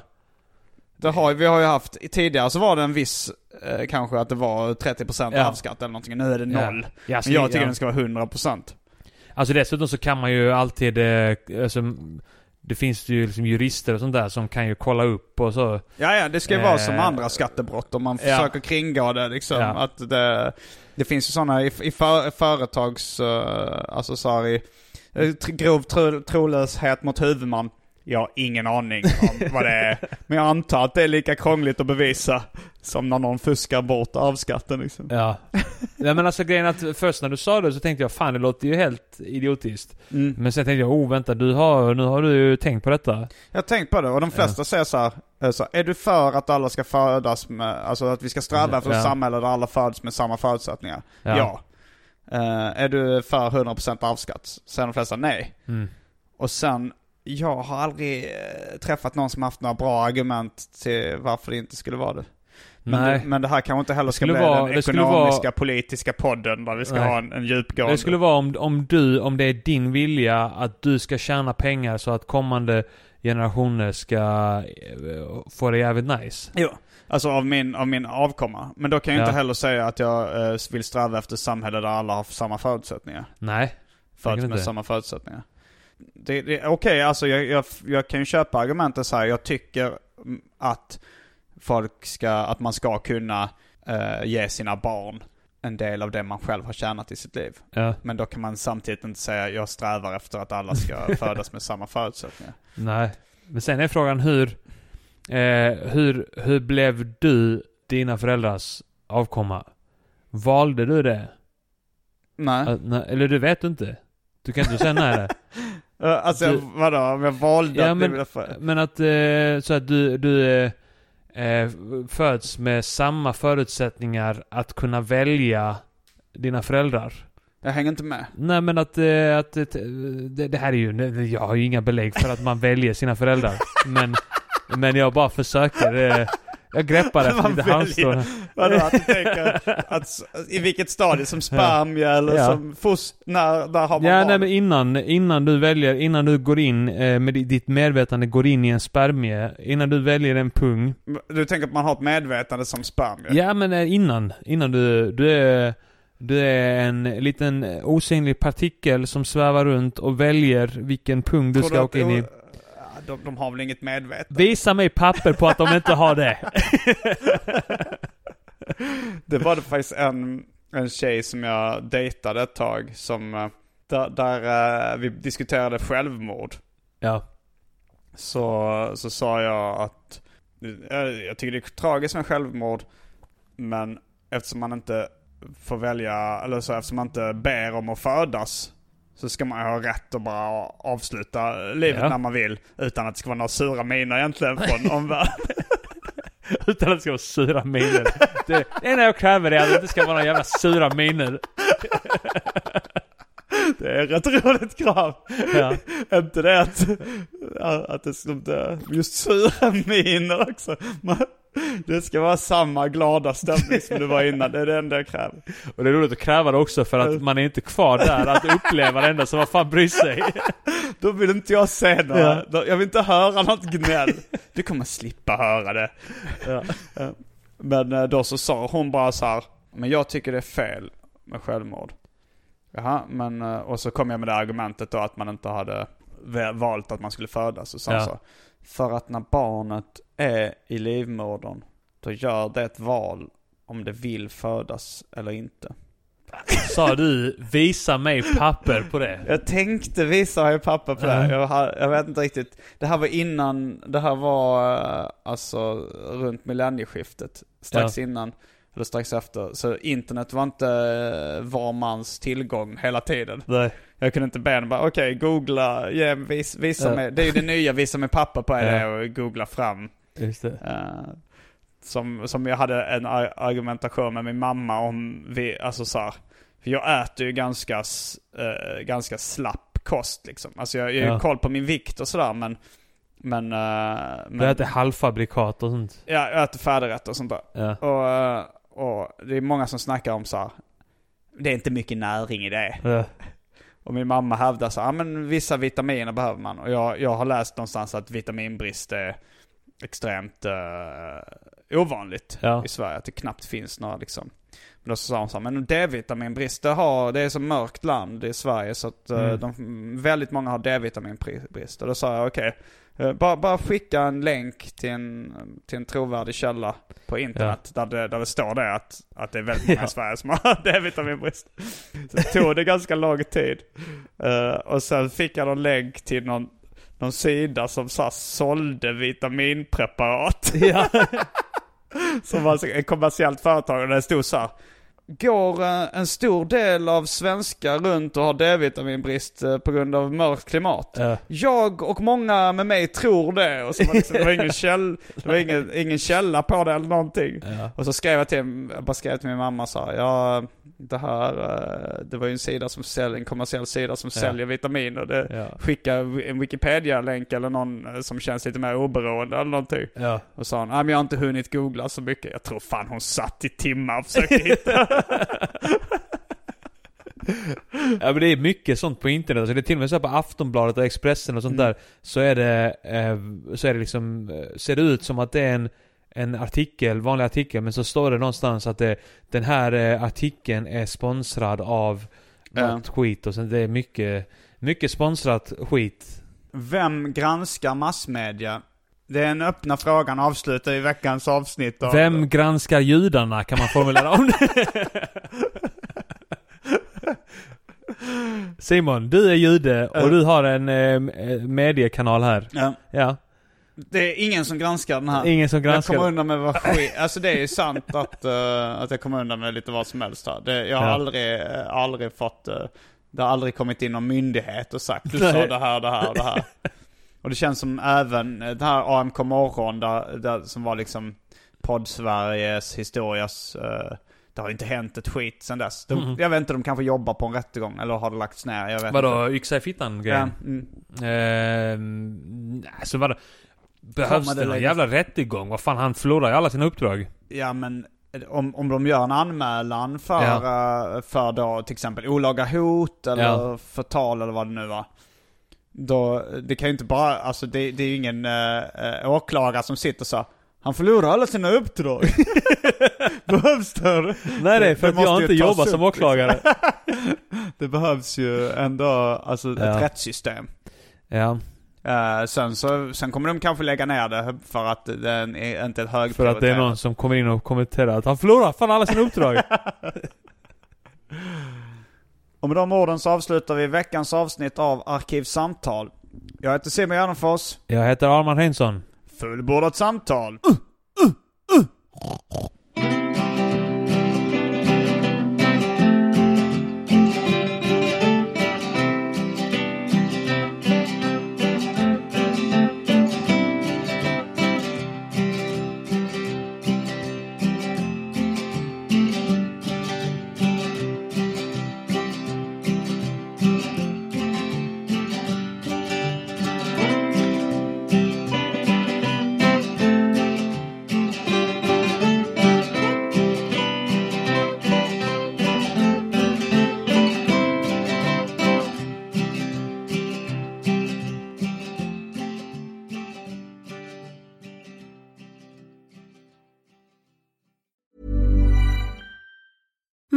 Det har, vi har ju haft, tidigare så var det en viss, eh, kanske att det var trettio procent Ja. avskatt eller någonting. Nu är det noll. Ja. Ja, så Men jag det- tycker ja. den ska vara hundra procent. Alltså dessutom så kan man ju alltid... Eh, alltså, det finns ju liksom jurister och sånt där som kan ju kolla upp och så. Ja, ja, det ska ju Eh, vara som andra skattebrott om man ja. försöker kringgå det liksom. Ja. Att det, det finns ju sådana i, i för, företags, uh, alltså så här, i uh, tr- grov tro, trolöshet mot huvudman. Jag har ingen aning om vad det är. Men jag antar att det är lika krångligt att bevisa som när någon fuskar bort avskatten liksom. Ja. Nej, men alltså grejen att först när du sa det så tänkte jag, fan det låter ju helt idiotiskt. Mm. Men sen tänkte jag, oh vänta, du har, nu har du ju tänkt på detta. Jag har tänkt på det, och de flesta ja. säger så här, är så här, är du för att alla ska födas med, alltså att vi ska sträva efter Ja. ett samhälle där alla föds med samma förutsättningar? Ja. Ja. Uh, är du för hundra procent avskatt? Säger de flesta nej. Mm. Och sen, jag har aldrig uh, träffat någon som haft några bra argument till varför det inte skulle vara det. Men, Nej. det, men det här kanske inte heller ska skulle bli vara- den det skulle ekonomiska, vara- politiska podden där vi ska Nej. ha en, en djupgående. Det skulle vara om, om du, om det är din vilja att du ska tjäna pengar så att kommande generationer ska eh, få det jävligt nice. Jo, alltså av min, av min avkomma. Men då kan jag Ja. inte heller säga att jag eh, vill sträva efter ett samhälle där alla har samma förutsättningar. Nej. Föds kan med inte. samma förutsättningar. Det, det, Okej, okay, alltså jag, jag, jag kan ju köpa argumentet så här. Jag tycker mm, att folk ska, att man ska kunna eh, ge sina barn en del av det man själv har tjänat i sitt liv. Ja. Men då kan man samtidigt inte säga jag strävar efter att alla ska födas med samma förutsättningar. Nej. Men sen är frågan hur, eh, hur, hur blev du dina föräldrars avkomma? Valde du det? Nej. Att, nej eller du vet inte. Du kan inte säga nej. Uh, alltså Du- vadå, om jag valde Ja, att men- det ville för... Men att eh, så att du, du eh, eh, föds med samma förutsättningar att kunna välja dina föräldrar. Jag hänger inte med. Nej, men att, eh, att eh, det, det här är ju, jag har ju inga belägg för att man väljer sina föräldrar. Men, men jag bara försöker, eh, jag greppar efter Man lite väljer. halmstrån. Vadå, att du tänker att i vilket stadie, som spermie eller Ja. som foster, när, där har man Ja, barn? nej, men innan, innan du väljer, innan du går in eh, med di- ditt medvetande går in i en spermie, innan du väljer en pung. Du tänker att man har ett medvetande som spermie? Ja, men eh, innan, innan du, du är, du är en liten osynlig partikel som svävar runt och väljer vilken pung du Tror ska att- åka in i. De, de har väl inget medvetande? Visa mig papper på att de inte har det. Det var det faktiskt en, en tjej som jag dejtade ett tag som, eh, där, där eh, vi diskuterade självmord. Ja. Så, så sa jag att jag, jag tycker det är tragiskt med självmord. Men eftersom man inte får välja, eller så eftersom man inte ber om att födas, så ska man ha rätt att bara avsluta livet ja. när man vill, utan att det ska vara några sura miner egentligen från omvärlden. Utan att det ska vara sura miner. Det enda jag kräver är att det inte ska vara några jävla sura miner. Det är ett roligt krav. Ja. Inte det att, att det ska inte just sura miner också. Man, det ska vara samma glada stämning som du var innan. Det är det enda jag kräver. Och det är roligt att kräva det också, för att man är inte kvar där att uppleva det enda som vad fan bryr sig. Då vill inte jag se några. Ja. Jag vill inte höra något gnäll. Du kommer slippa höra det. Ja. Men då så sa hon bara så här: men jag tycker det är fel med självmord. Jaha, men och så kom jag med det argumentet då att man inte hade valt att man skulle födas och så, ja. så. För att när barnet är i livmodern, då gör det ett val om det vill födas eller inte. Sa du, visa mig papper på det? Jag tänkte visa mig papper på det. Jag, har, jag vet inte riktigt. Det här var innan, det här var alltså runt millennieskiftet. Strax ja. innan, eller strax efter. Så internet var inte var mans tillgång hela tiden. Nej. Jag kunde inte be bara, okej, okay, googla, yeah, vis, visa ja. mig. Det är ju det nya, visa mig papper på det ja. och googla fram. Just det. Uh, som, som jag hade en argumentation med min mamma om, vi, alltså så här, för jag äter ju ganska, uh, ganska slapp kost liksom. Alltså jag, jag har ju ja. koll på min vikt och sådär, men men, uh, men du äter halvfabrikat och sånt? Ja, jag äter färdigrätt och sånt där. Ja. Och, uh, och det är många som snackar om så här, det är inte mycket näring i det. Ja. Och min mamma hävdar så här, men vissa vitaminer behöver man. Och jag, jag har läst någonstans att vitaminbrist är extremt uh, ovanligt ja. i Sverige. Att det knappt finns några liksom. Men då så sa hon så här, men D-vitaminbrist, det, har, det är så mörkt land i Sverige. Så att uh, mm. de, väldigt många har D-vitaminbrist. Och då sa jag, okej. Okay, Uh, bara, bara skicka en länk till en, till en trovärdig källa på internet ja. där, det, där det står det att, att det är väldigt många ja. i Sverige som har D-vitaminbrist. Så det tog det ganska lång tid. Uh, och sen fick jag en länk till någon, någon sida som så sålde vitaminpreparat. Ja. Som var ett kommersiellt företag, och det stod så här: går en stor del av svenskar runt och har D-vitaminbrist på grund av mörkt klimat. Ja. Jag och många med mig tror det. Och så var det, liksom, det var ingen, käll, det var ingen, ingen källa på det eller någonting. Ja. Och så skrev jag till, jag bara skrev till min mamma och sa, ja, det här, det var ju en sida som säljer, en kommersiell sida som ja. säljer vitaminer. Det ja. Skicka en Wikipedia-länk eller någon som känns lite mer oberoende eller någonting. Ja. Och sa hon, nej men jag har inte hunnit googla så mycket. Jag tror fan hon satt i timmar och försökte hitta. Ja, men det är mycket sånt på internet. Alltså det är till och med så på Aftonbladet och Expressen och sånt mm. där, så är det eh, så är det liksom, ser det ut som att det är en en artikel, vanlig artikel, men så står det någonstans att det, den här eh, artikeln är sponsrad av mm. något skit, och sen det är mycket mycket sponsrat skit. Vem granskar massmedia? Det är en öppna frågan, avslutar i veckans avsnitt av... Vem granskar judarna, kan man formulera om det. Simon, du är jude och uh. du har en eh, mediekanal här. Ja. Ja. Det är ingen som granskar den här. Ingen som granskar. Jag kommer undan med vad skit. Alltså det är ju sant att, uh, att jag kommer undan med lite vad som helst här. Det, jag har ja. aldrig, uh, aldrig fått... Uh, det har aldrig kommit in någon myndighet och sagt du sa det här, det här och det här. Och det känns som även det här A M K Morgon där, där, som var liksom podd Sveriges historias... Uh, det har inte hänt ett skit sen dess. De, mm. Jag vet inte, de kanske jobbar på en rättegång eller har det lagts ner. Jag vet vadå, yxa i fittan grejen? Ja. Mm. Eh, alltså vadå, behövs det, det någon jävla rättegång? Vad fan, han förlorar ju alla sina uppdrag. Ja, men om, om de gör en anmälan för, ja. för då till exempel olaga hot eller ja. förtal eller vad det nu var. Då, det kan ju inte bara, alltså det, det är ju ingen äh, åklagare som sitter så. Han förlorar alla sina uppdrag. Behövs det? Nej, det är för det att jag inte jobbar som åklagare. Det behövs ju ändå alltså ett ja. rättssystem. Ja. Uh, sen, så, sen kommer de kanske lägga ner det för att det är inte ett hög för att det är någon som kommer in och kommenterar att han förlorar fan alla sina uppdrag. Och med de orden så avslutar vi veckans avsnitt av Arkivsamtal. Jag heter Simon Gärdenfors. Jag heter Arman Hensson. Fullbordat samtal. Uh, uh, uh.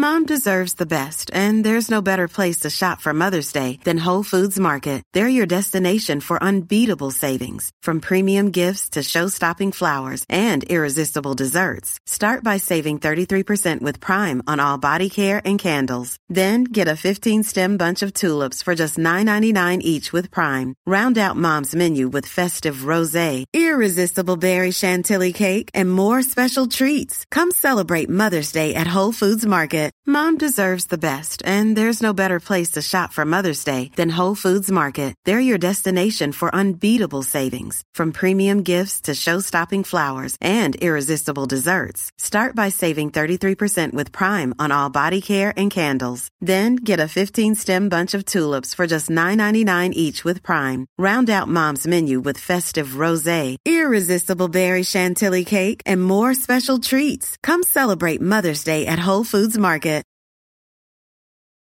Mom deserves the best, and there's no better place to shop for Mother's Day than Whole Foods Market. They're your destination for unbeatable savings, from premium gifts to show-stopping flowers and irresistible desserts. Start by saving thirty-three percent with Prime on all body care and candles. Then get a fifteen-stem bunch of tulips for just nine ninety-nine each with Prime. Round out Mom's menu with festive rosé, irresistible berry chantilly cake, and more special treats. Come celebrate Mother's Day at Whole Foods Market. Mom deserves the best, and there's no better place to shop for Mother's Day than Whole Foods Market. They're your destination for unbeatable savings, from premium gifts to show-stopping flowers and irresistible desserts. Start by saving thirty-three percent with Prime on all body care and candles. Then get a fifteen-stem bunch of tulips for just nine ninety-nine each with Prime. Round out Mom's menu with festive rosé, irresistible berry chantilly cake, and more special treats. Come celebrate Mother's Day at Whole Foods Market.